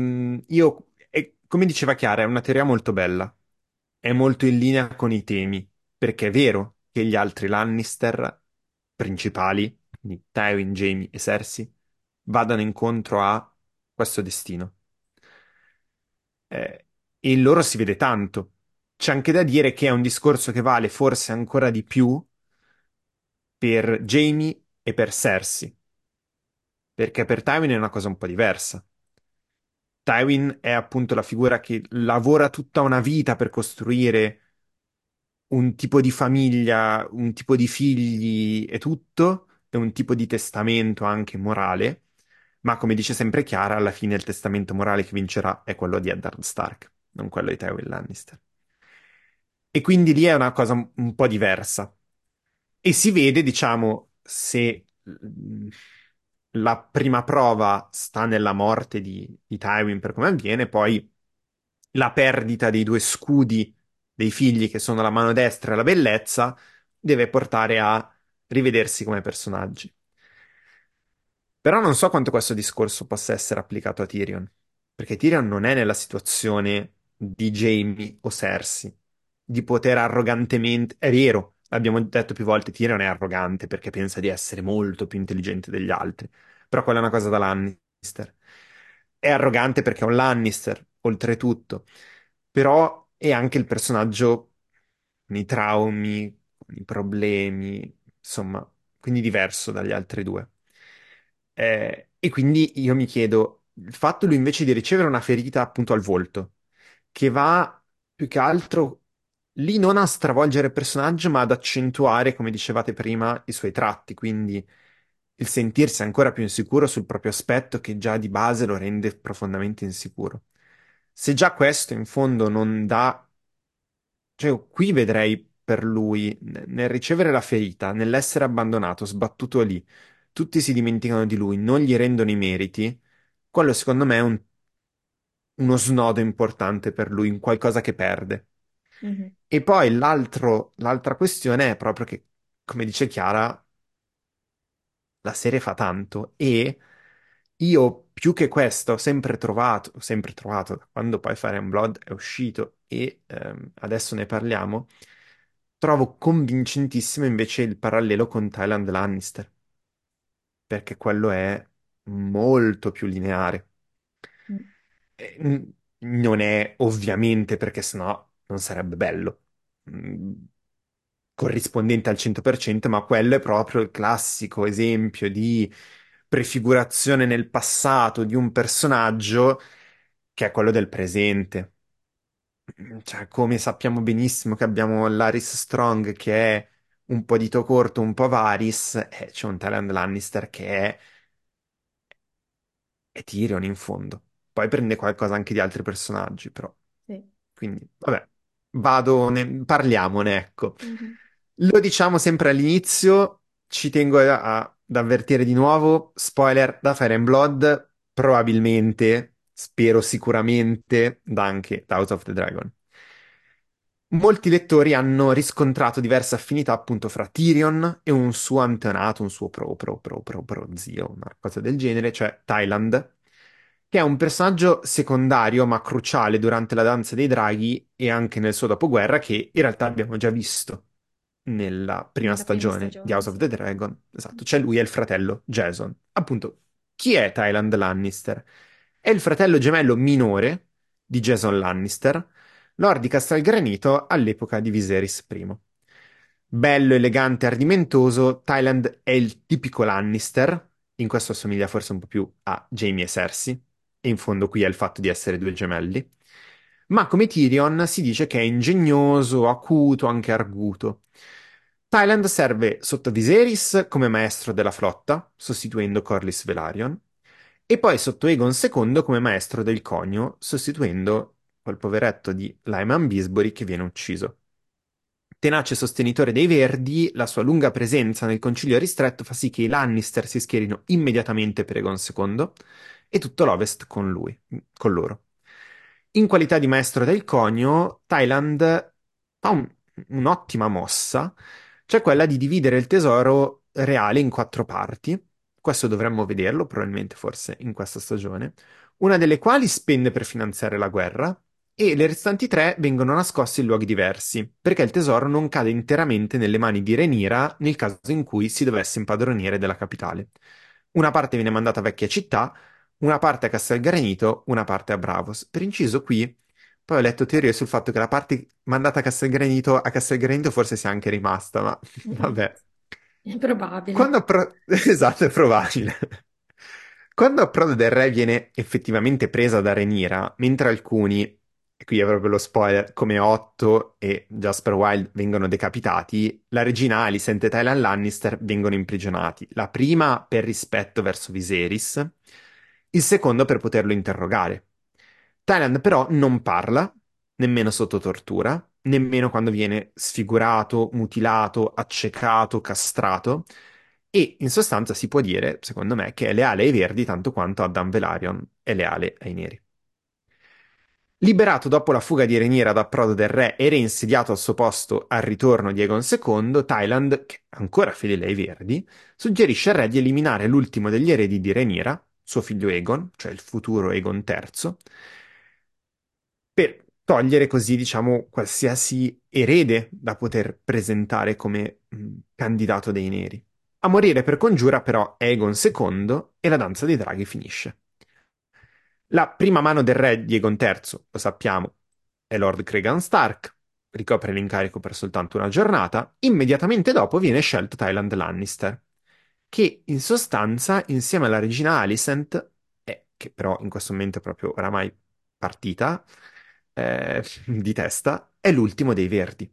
come diceva Chiara, è una teoria molto bella, è molto in linea con i temi, perché è vero che gli altri Lannister principali, quindi Tywin, Jaime e Cersei, vadano incontro a questo destino. E in loro si vede tanto. C'è anche da dire che è un discorso che vale forse ancora di più per Jaime e per Cersei, perché per Tywin è una cosa un po' diversa. Tywin è appunto la figura che lavora tutta una vita per costruire un tipo di famiglia, un tipo di figli e tutto, e un tipo di testamento anche morale, ma come dice sempre Chiara, alla fine il testamento morale che vincerà è quello di Eddard Stark, non quello di Tywin Lannister. E quindi lì è una cosa un po' diversa. E si vede, diciamo, se la prima prova sta nella morte di Tywin per come avviene, poi la perdita dei due scudi dei figli che sono la mano destra e la bellezza deve portare a rivedersi come personaggi. Però non so quanto questo discorso possa essere applicato a Tyrion, perché Tyrion non è nella situazione di Jaime o Cersei, di poter arrogantemente... È vero, abbiamo detto più volte, Tyrion è arrogante perché pensa di essere molto più intelligente degli altri, però quella è una cosa da Lannister. È arrogante perché è un Lannister, oltretutto, però è anche il personaggio con i traumi, con i problemi, insomma, quindi diverso dagli altri due. E quindi io mi chiedo, il fatto lui invece di ricevere una ferita appunto al volto, che va più che altro lì non a stravolgere il personaggio, ma ad accentuare, come dicevate prima, i suoi tratti, quindi il sentirsi ancora più insicuro sul proprio aspetto che già di base lo rende profondamente insicuro. Se già questo in fondo non dà, cioè qui vedrei per lui nel ricevere la ferita, nell'essere abbandonato, sbattuto lì, tutti si dimenticano di lui, non gli rendono i meriti, quello secondo me è uno snodo importante per lui, in qualcosa che perde. Mhm. E poi l'altra questione è proprio che, come dice Chiara, la serie fa tanto e io più che questo ho sempre trovato, da quando poi Fire and Blood è uscito e adesso ne parliamo, trovo convincentissimo invece il parallelo con Thailand Lannister, perché quello è molto più lineare. Mm. Non è ovviamente perché sennò non sarebbe bello, mm, corrispondente al 100%, ma quello è proprio il classico esempio di prefigurazione nel passato di un personaggio che è quello del presente. Cioè, come sappiamo benissimo che abbiamo Larys Strong che è un po' dito corto, un po' Varys, e c'è un Tyrion Lannister che è Tyrion in fondo. Poi prende qualcosa anche di altri personaggi, però. Sì. Quindi, vabbè, parliamone, ecco. Mhm. Lo diciamo sempre all'inizio, ci tengo ad avvertire di nuovo, spoiler da Fire and Blood, probabilmente, spero sicuramente, da House of the Dragon. Molti lettori hanno riscontrato diverse affinità appunto fra Tyrion e un suo antenato, un suo pro zio, una cosa del genere, cioè Tyland, che è un personaggio secondario ma cruciale durante la danza dei draghi e anche nel suo dopoguerra che in realtà abbiamo già visto nella prima Nella prima stagione di stagione, House of sì. the Dragon. Esatto, cioè lui è il fratello Jason. Appunto, chi è Tyland Lannister? È il fratello gemello minore di Jason Lannister, Lord di Castelgranito all'epoca di Viserys I. Bello, elegante, ardimentoso, Tyland è il tipico Lannister, in questo assomiglia forse un po' più a Jaime e Cersei, e in fondo qui è il fatto di essere due gemelli. Ma come Tyrion si dice che è ingegnoso, acuto, anche arguto. Tyland serve sotto Viserys come maestro della flotta, sostituendo Corlys Velaryon, e poi sotto Aegon II come maestro del conio, sostituendo quel poveretto di Lyman Bisbury che viene ucciso. Tenace sostenitore dei Verdi, la sua lunga presenza nel concilio ristretto fa sì che i Lannister si schierino immediatamente per Aegon II e tutto l'Ovest con lui, con loro. In qualità di maestro del conio, Thailand fa un'ottima mossa, cioè quella di dividere il tesoro reale in quattro parti. Questo dovremmo vederlo, probabilmente forse in questa stagione, una delle quali spende per finanziare la guerra e le restanti tre vengono nascoste in luoghi diversi, perché il tesoro non cade interamente nelle mani di Rhaenyra nel caso in cui si dovesse impadronire della capitale. Una parte viene mandata a Vecchia Città, una parte a Castel Granito, una parte a Bravos. Per inciso qui, poi ho letto teorie sul fatto che la parte mandata a Castel Granito forse sia anche rimasta, ma vabbè. È probabile. Esatto, è probabile. Quando Approdo del Re viene effettivamente presa da Rhaenyra, mentre alcuni, e qui è proprio lo spoiler, come Otto e Jasper Wilde vengono decapitati, la regina Alicent e Tyrion Lannister vengono imprigionati. La prima per rispetto verso Viserys, il secondo per poterlo interrogare. Tyrion però non parla, nemmeno sotto tortura, nemmeno quando viene sfigurato, mutilato, accecato, castrato. E in sostanza si può dire, secondo me, che è leale ai Verdi tanto quanto Adam Velaryon è leale ai Neri. Liberato dopo la fuga di Rhaenyra da Approdo del Re e reinsediato al suo posto al ritorno di Aegon II, Tyland, che è ancora fedele ai Verdi, suggerisce al re di eliminare l'ultimo degli eredi di Rhaenyra, suo figlio Aegon, cioè il futuro Aegon III, per togliere così, diciamo, qualsiasi erede da poter presentare come candidato dei Neri. A morire per congiura però è Aegon II e la danza dei draghi finisce. La prima mano del re di Aegon III, lo sappiamo, è Lord Cregan Stark, ricopre l'incarico per soltanto una giornata, immediatamente dopo viene scelto Tyland Lannister, che in sostanza, insieme alla regina Alicent, che però in questo momento è proprio oramai partita, di testa, è l'ultimo dei Verdi.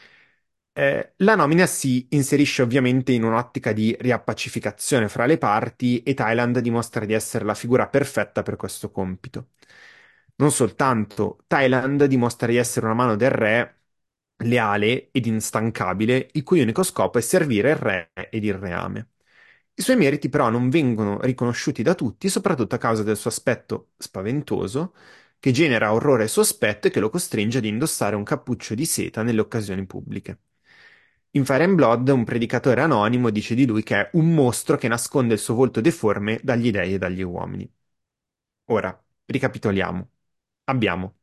La nomina si inserisce ovviamente in un'ottica di riappacificazione fra le parti e Thailand dimostra di essere la figura perfetta per questo compito. Non soltanto, Thailand dimostra di essere una mano del re leale ed instancabile, il cui unico scopo è servire il re ed il reame. I suoi meriti però non vengono riconosciuti da tutti, soprattutto a causa del suo aspetto spaventoso, che genera orrore e sospetto e che lo costringe ad indossare un cappuccio di seta nelle occasioni pubbliche. In Fire and Blood, un predicatore anonimo dice di lui che è un mostro che nasconde il suo volto deforme dagli dei e dagli uomini. Ora, ricapitoliamo. Abbiamo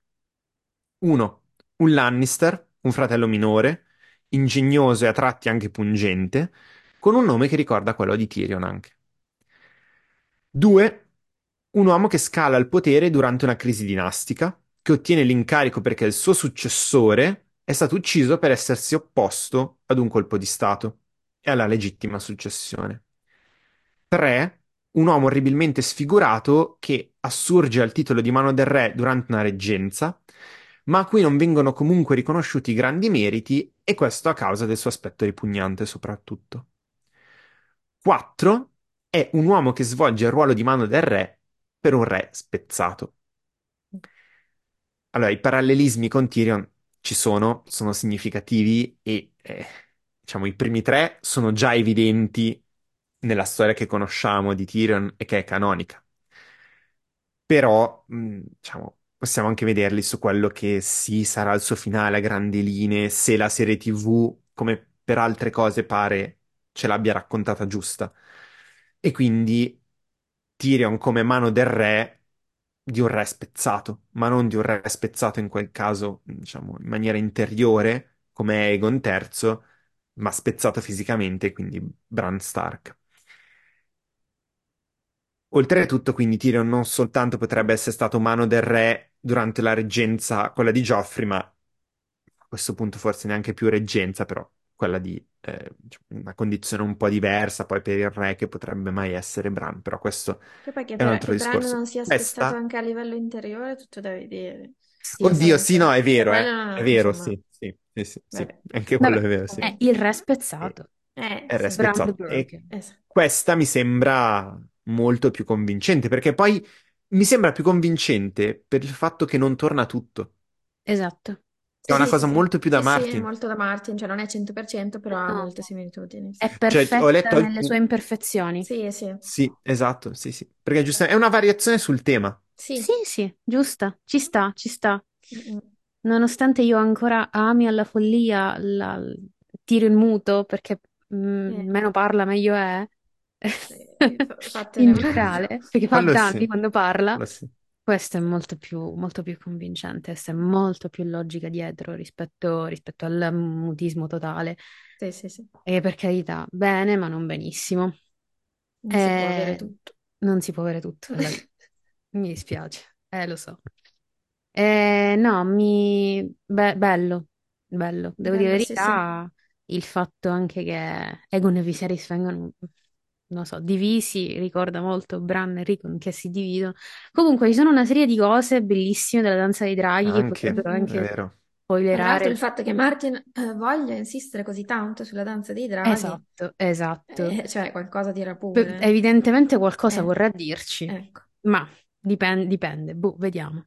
1. Un Lannister, un fratello minore, ingegnoso e a tratti anche pungente, con un nome che ricorda quello di Tyrion anche. 2. Un uomo che scala al potere durante una crisi dinastica, che ottiene l'incarico perché il suo successore è stato ucciso per essersi opposto ad un colpo di Stato e alla legittima successione. 3. Un uomo orribilmente sfigurato che assurge al titolo di mano del re durante una reggenza, ma a cui non vengono comunque riconosciuti grandi meriti, e questo a causa del suo aspetto ripugnante soprattutto. 4. È un uomo che svolge il ruolo di mano del re per un re spezzato. Allora, i parallelismi con Tyrion ci sono significativi e, diciamo, i primi tre sono già evidenti nella storia che conosciamo di Tyrion e che è canonica. Però, diciamo, possiamo anche vederli su quello che sì sarà il suo finale a grandi linee, se la serie TV, come per altre cose pare, ce l'abbia raccontata giusta. E quindi Tyrion come mano del re di un re spezzato, ma non di un re spezzato in quel caso, diciamo, in maniera interiore, come è Aegon III, ma spezzato fisicamente, quindi Bran Stark. Oltretutto, quindi Tyrion non soltanto potrebbe essere stato mano del re durante la reggenza, quella di Joffrey, ma a questo punto forse neanche più reggenza, però quella di diciamo, una condizione un po' diversa poi per il re che potrebbe mai essere Bran, però questo Che poi è un altro che Bran discorso. non sia spezzato Questa, anche a livello interiore, tutto da vedere. Io oddio, sì, no, sarebbe... Cioè, è quello, vero, insomma, sì, sì, sì, sì, sì, vabbè. anche quello Vabbè, è vero, sì. è il re E- spezzato, È il re Sì, Bran the spezzato. E Broken. esatto. questa mi sembra molto più convincente, perché poi mi sembra più convincente per il fatto che non torna tutto. Esatto. È Sì, una sì, sì, cosa sì. molto più da Sì, sì, è Martin. molto da Martin, cioè non è 100%, però ha No, molte similitudini. Sì, è Cioè, ho perfetta letto nelle sue alcuni... imperfezioni. sì, sì. Sì, esatto, sì, sì. Perché giustamente è una variazione sul tema. Sì, Sì. sì, giusta, ci sta, ci sta. Mm, Nonostante io ancora ami alla follia tiro il muto perché eh, meno parla meglio è, in Fatene generale, perché fa Quello danni sì, quando parla, quello sì. questo è molto più convincente, questa è molto più logica dietro rispetto al mutismo totale. sì, sì, sì. E per carità, bene, ma non benissimo. Non si può avere tutto. Non si può avere tutto nella vita. Mi dispiace, lo so. No, bello, bello. Devo dire la Bello, sì, sì. verità, il fatto anche che Egon e Viserys vengano, non so, divisi, ricorda molto Bran e Rickon che si dividono. Comunque, ci sono una serie di cose bellissime della danza dei draghi che Anche, potrebbero Mm-mm. è anche vero. Tra l'altro il spoilerare. fatto che Martin voglia insistere così tanto sulla danza dei draghi, Esatto, esatto. cioè qualcosa dirà pure. Evidentemente qualcosa Eh, vorrà dirci, ecco. ma dipende, boh, vediamo.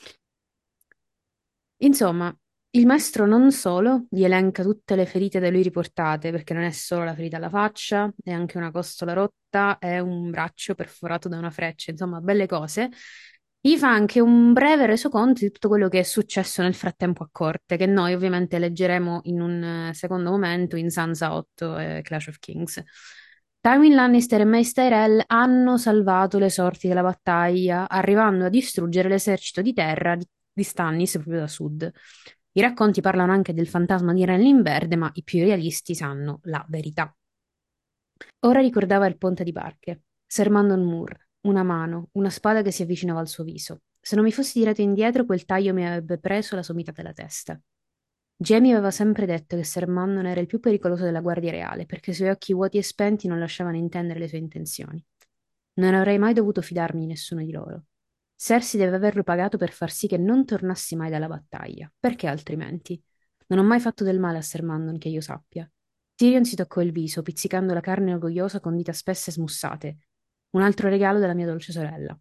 Insomma, il maestro non solo gli elenca tutte le ferite da lui riportate, perché non è solo la ferita alla faccia, è anche una costola rotta, è un braccio perforato da una freccia, insomma, belle cose. Gli fa anche un breve resoconto di tutto quello che è successo nel frattempo a corte, che noi ovviamente leggeremo in un secondo momento in Sansa 8 e Clash of Kings. Tywin Lannister e Mace Tyrell hanno salvato le sorti della battaglia, arrivando a distruggere l'esercito di terra di Stannis proprio da sud. I racconti parlano anche del fantasma di Renly Verde, ma i più realisti sanno la verità. Ora ricordava il ponte di barche, Ser Mandon Moor, una mano, una spada che si avvicinava al suo viso. Se non mi fossi tirato indietro, quel taglio mi avrebbe preso la sommità della testa. Jamie aveva sempre detto che Ser Mandon era il più pericoloso della Guardia Reale, perché i suoi occhi vuoti e spenti non lasciavano intendere le sue intenzioni. Non avrei mai dovuto fidarmi di nessuno di loro. Cersei deve averlo pagato per far sì che non tornassi mai dalla battaglia. Perché altrimenti? Non ho mai fatto del male a Ser Mandon che io sappia. Tyrion si toccò il viso, pizzicando la carne orgogliosa con dita spesse e smussate. Un altro regalo della mia dolce sorella.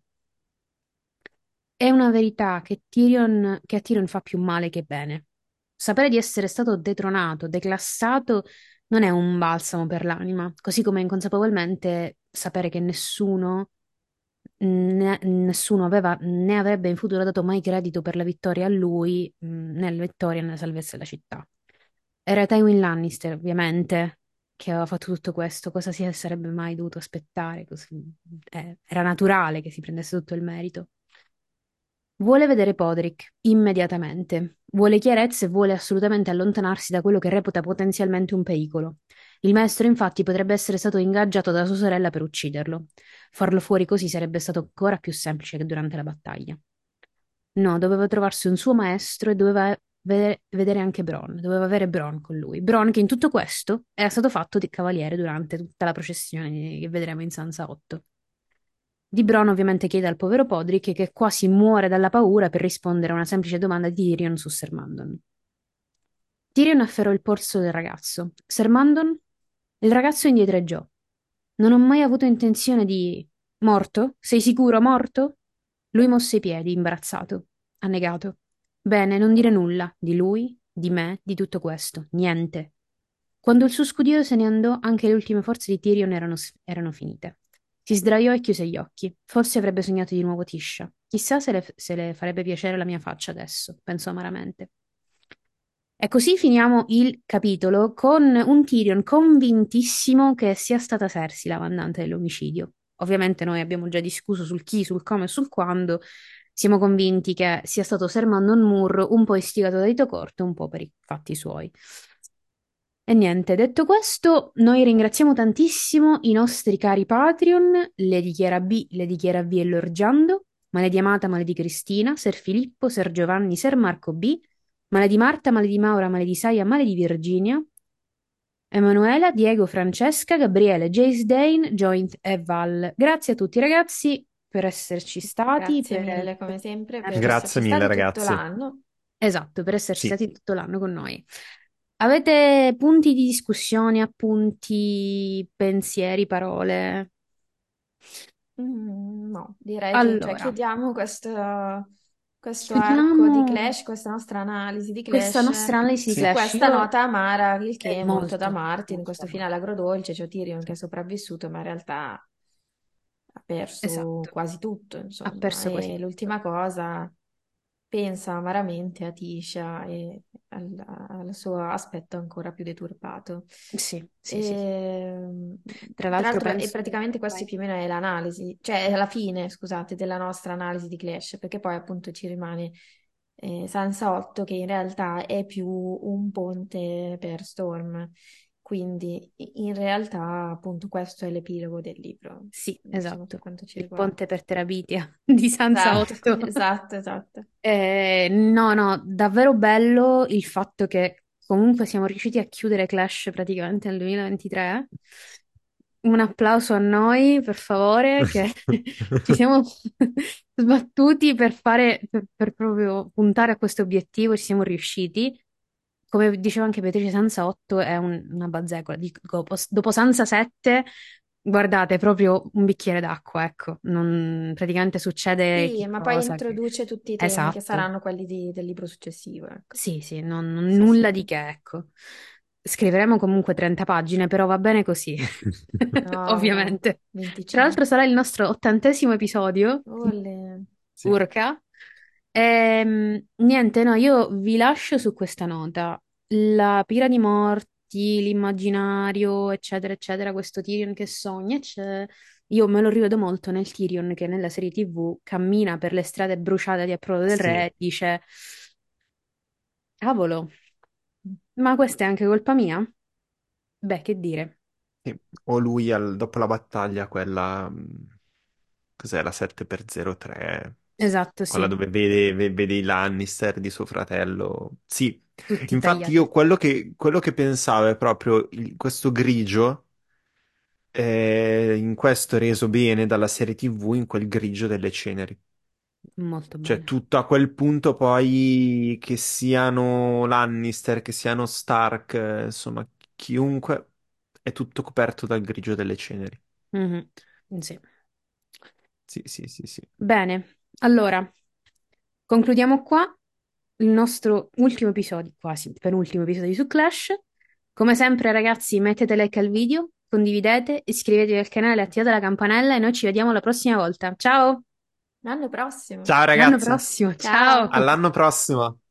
È una verità che a Tyrion fa più male che bene. Sapere di essere stato detronato, declassato, non è un balsamo per l'anima, così come inconsapevolmente sapere che nessuno aveva né avrebbe in futuro dato mai credito per la vittoria a lui, nella vittoria e nella salvezza della città. Era Tywin Lannister, ovviamente, che aveva fatto tutto questo, cosa si sarebbe mai dovuto aspettare? Era naturale che si prendesse tutto il merito. Vuole vedere Podrick immediatamente. Vuole chiarezza e vuole assolutamente allontanarsi da quello che reputa potenzialmente un pericolo. Il maestro, infatti, potrebbe essere stato ingaggiato da sua sorella per ucciderlo. Farlo fuori così sarebbe stato ancora più semplice che durante la battaglia. No, doveva trovarsi un suo maestro e doveva vedere anche Bron, doveva avere Bron con lui. Bron che in tutto questo era stato fatto di cavaliere durante tutta la processione che vedremo in Sansa 8. Di Bron ovviamente chiede al povero Podrick che quasi muore dalla paura per rispondere a una semplice domanda di Tyrion su Ser Mandon. Tyrion afferrò il polso del ragazzo. Ser Mandon? Il ragazzo indietreggiò. Non ho mai avuto intenzione di... Morto? Sei sicuro, morto? Lui mosse i piedi, imbarazzato. Ha negato. Bene, non dire nulla. Di lui, di me, di tutto questo. Niente. Quando il suo scudiero se ne andò, anche le ultime forze di Tyrion erano finite. Si sdraiò e chiuse gli occhi. Forse avrebbe sognato di nuovo Tiscia. Chissà se le farebbe piacere la mia faccia adesso, pensò amaramente. E così finiamo il capitolo con un Tyrion convintissimo che sia stata Cersei la mandante dell'omicidio. Ovviamente noi abbiamo già discusso sul chi, sul come e sul quando. Siamo convinti che sia stato Ser Mandon Moore un po' istigato da Dito Corto, un po' per i fatti suoi. E niente, detto questo, noi ringraziamo tantissimo i nostri cari Patreon, Lady Chiara B, Lady Chiara V e Lorgiando, Male di Amata, Male di Cristina, Ser Filippo, Ser Giovanni, Ser Marco B, Male di Marta, Male di Maura, Male di Saia, Male di Virginia, Emanuela, Diego, Francesca, Gabriele, Jace Dane, Joint e Val. Grazie a tutti ragazzi per esserci stati, Grazie per... mille, come sempre, per Grazie esserci mille, stati tutto ragazzi. l'anno. Esatto, per esserci Sì. stati tutto l'anno con noi. Avete punti di discussione, appunti, pensieri, parole? No, direi che cioè, Allora, chiudiamo questo arco di chiudiamo Clash, questa nostra analisi di questa Clash nostra analisi di Sì. su Clash. questa Io nota amara, il è che è molto da molto, Martin, molto questo amaro. finale agrodolce, c'è Tyrion che è sopravvissuto, ma in realtà ha perso Esatto, quasi tutto, ha insomma. perso quasi E tutto. l'ultima cosa, pensa amaramente a Tisha e al suo aspetto ancora più deturpato. Sì, sì, sì, sì. E, Tra tra l'altro l'altro, e penso... praticamente questo Vai. più o meno è l'analisi, cioè è la fine, scusate, della nostra analisi di Clash, perché poi appunto ci rimane Sansa 8 che in realtà è più un ponte per Storm. Quindi in realtà appunto questo è l'epilogo del libro, Sì, insomma per esatto. quanto ci Il riguarda. ponte per Terabitia di Sansa Esatto, 8. esatto, esatto. No, no, davvero bello il fatto che comunque siamo riusciti a chiudere Clash praticamente nel 2023. Un applauso a noi, per favore, che ci siamo sbattuti per fare, per proprio puntare a questo obiettivo, ci siamo riusciti. Come diceva anche Beatrice, Sansa 8 è una bazzecola. Dopo Sansa 7, guardate, proprio un bicchiere d'acqua, ecco. Praticamente succede Sì, ma poi qualcosa che... introduce tutti i temi che Esatto. saranno quelli del libro successivo, ecco. Sì, sì, Sì, nulla sì. di che, ecco. Scriveremo comunque 30 pagine, però va bene così, No, no, ovviamente. Tra l'altro 25. sarà il nostro 80° episodio, Olle. Sì. urca. Niente, no, io vi lascio su questa nota. La pira di morti, l'immaginario, eccetera, eccetera, questo Tyrion che sogna, io me lo rivedo molto nel Tyrion che nella serie TV cammina per le strade bruciate di Approdo del Re Sì. e dice, cavolo, ma questa è anche colpa mia? Beh, che dire. Sì. O lui dopo la battaglia, quella, cos'è, la 7x03, Esatto, quella sì, dove vede i Lannister di suo fratello. Sì, tutti infatti io tagliati. quello che pensavo è proprio questo grigio, in questo reso bene dalla serie TV, in quel grigio delle ceneri. Molto Cioè, bene. tutto a quel punto poi, che siano Lannister, che siano Stark, insomma, chiunque, è tutto coperto dal grigio delle ceneri. Mhm, sì. Sì, sì, sì, sì. Bene, allora, concludiamo qua il nostro ultimo episodio, quasi penultimo episodio su Clash. Come sempre, ragazzi, mettete like al video, condividete, iscrivetevi al canale, attivate la campanella e noi ci vediamo la prossima volta. Ciao! L'anno prossimo. Ciao L'anno ragazzi, prossimo, ciao! Ciao. all'anno prossimo!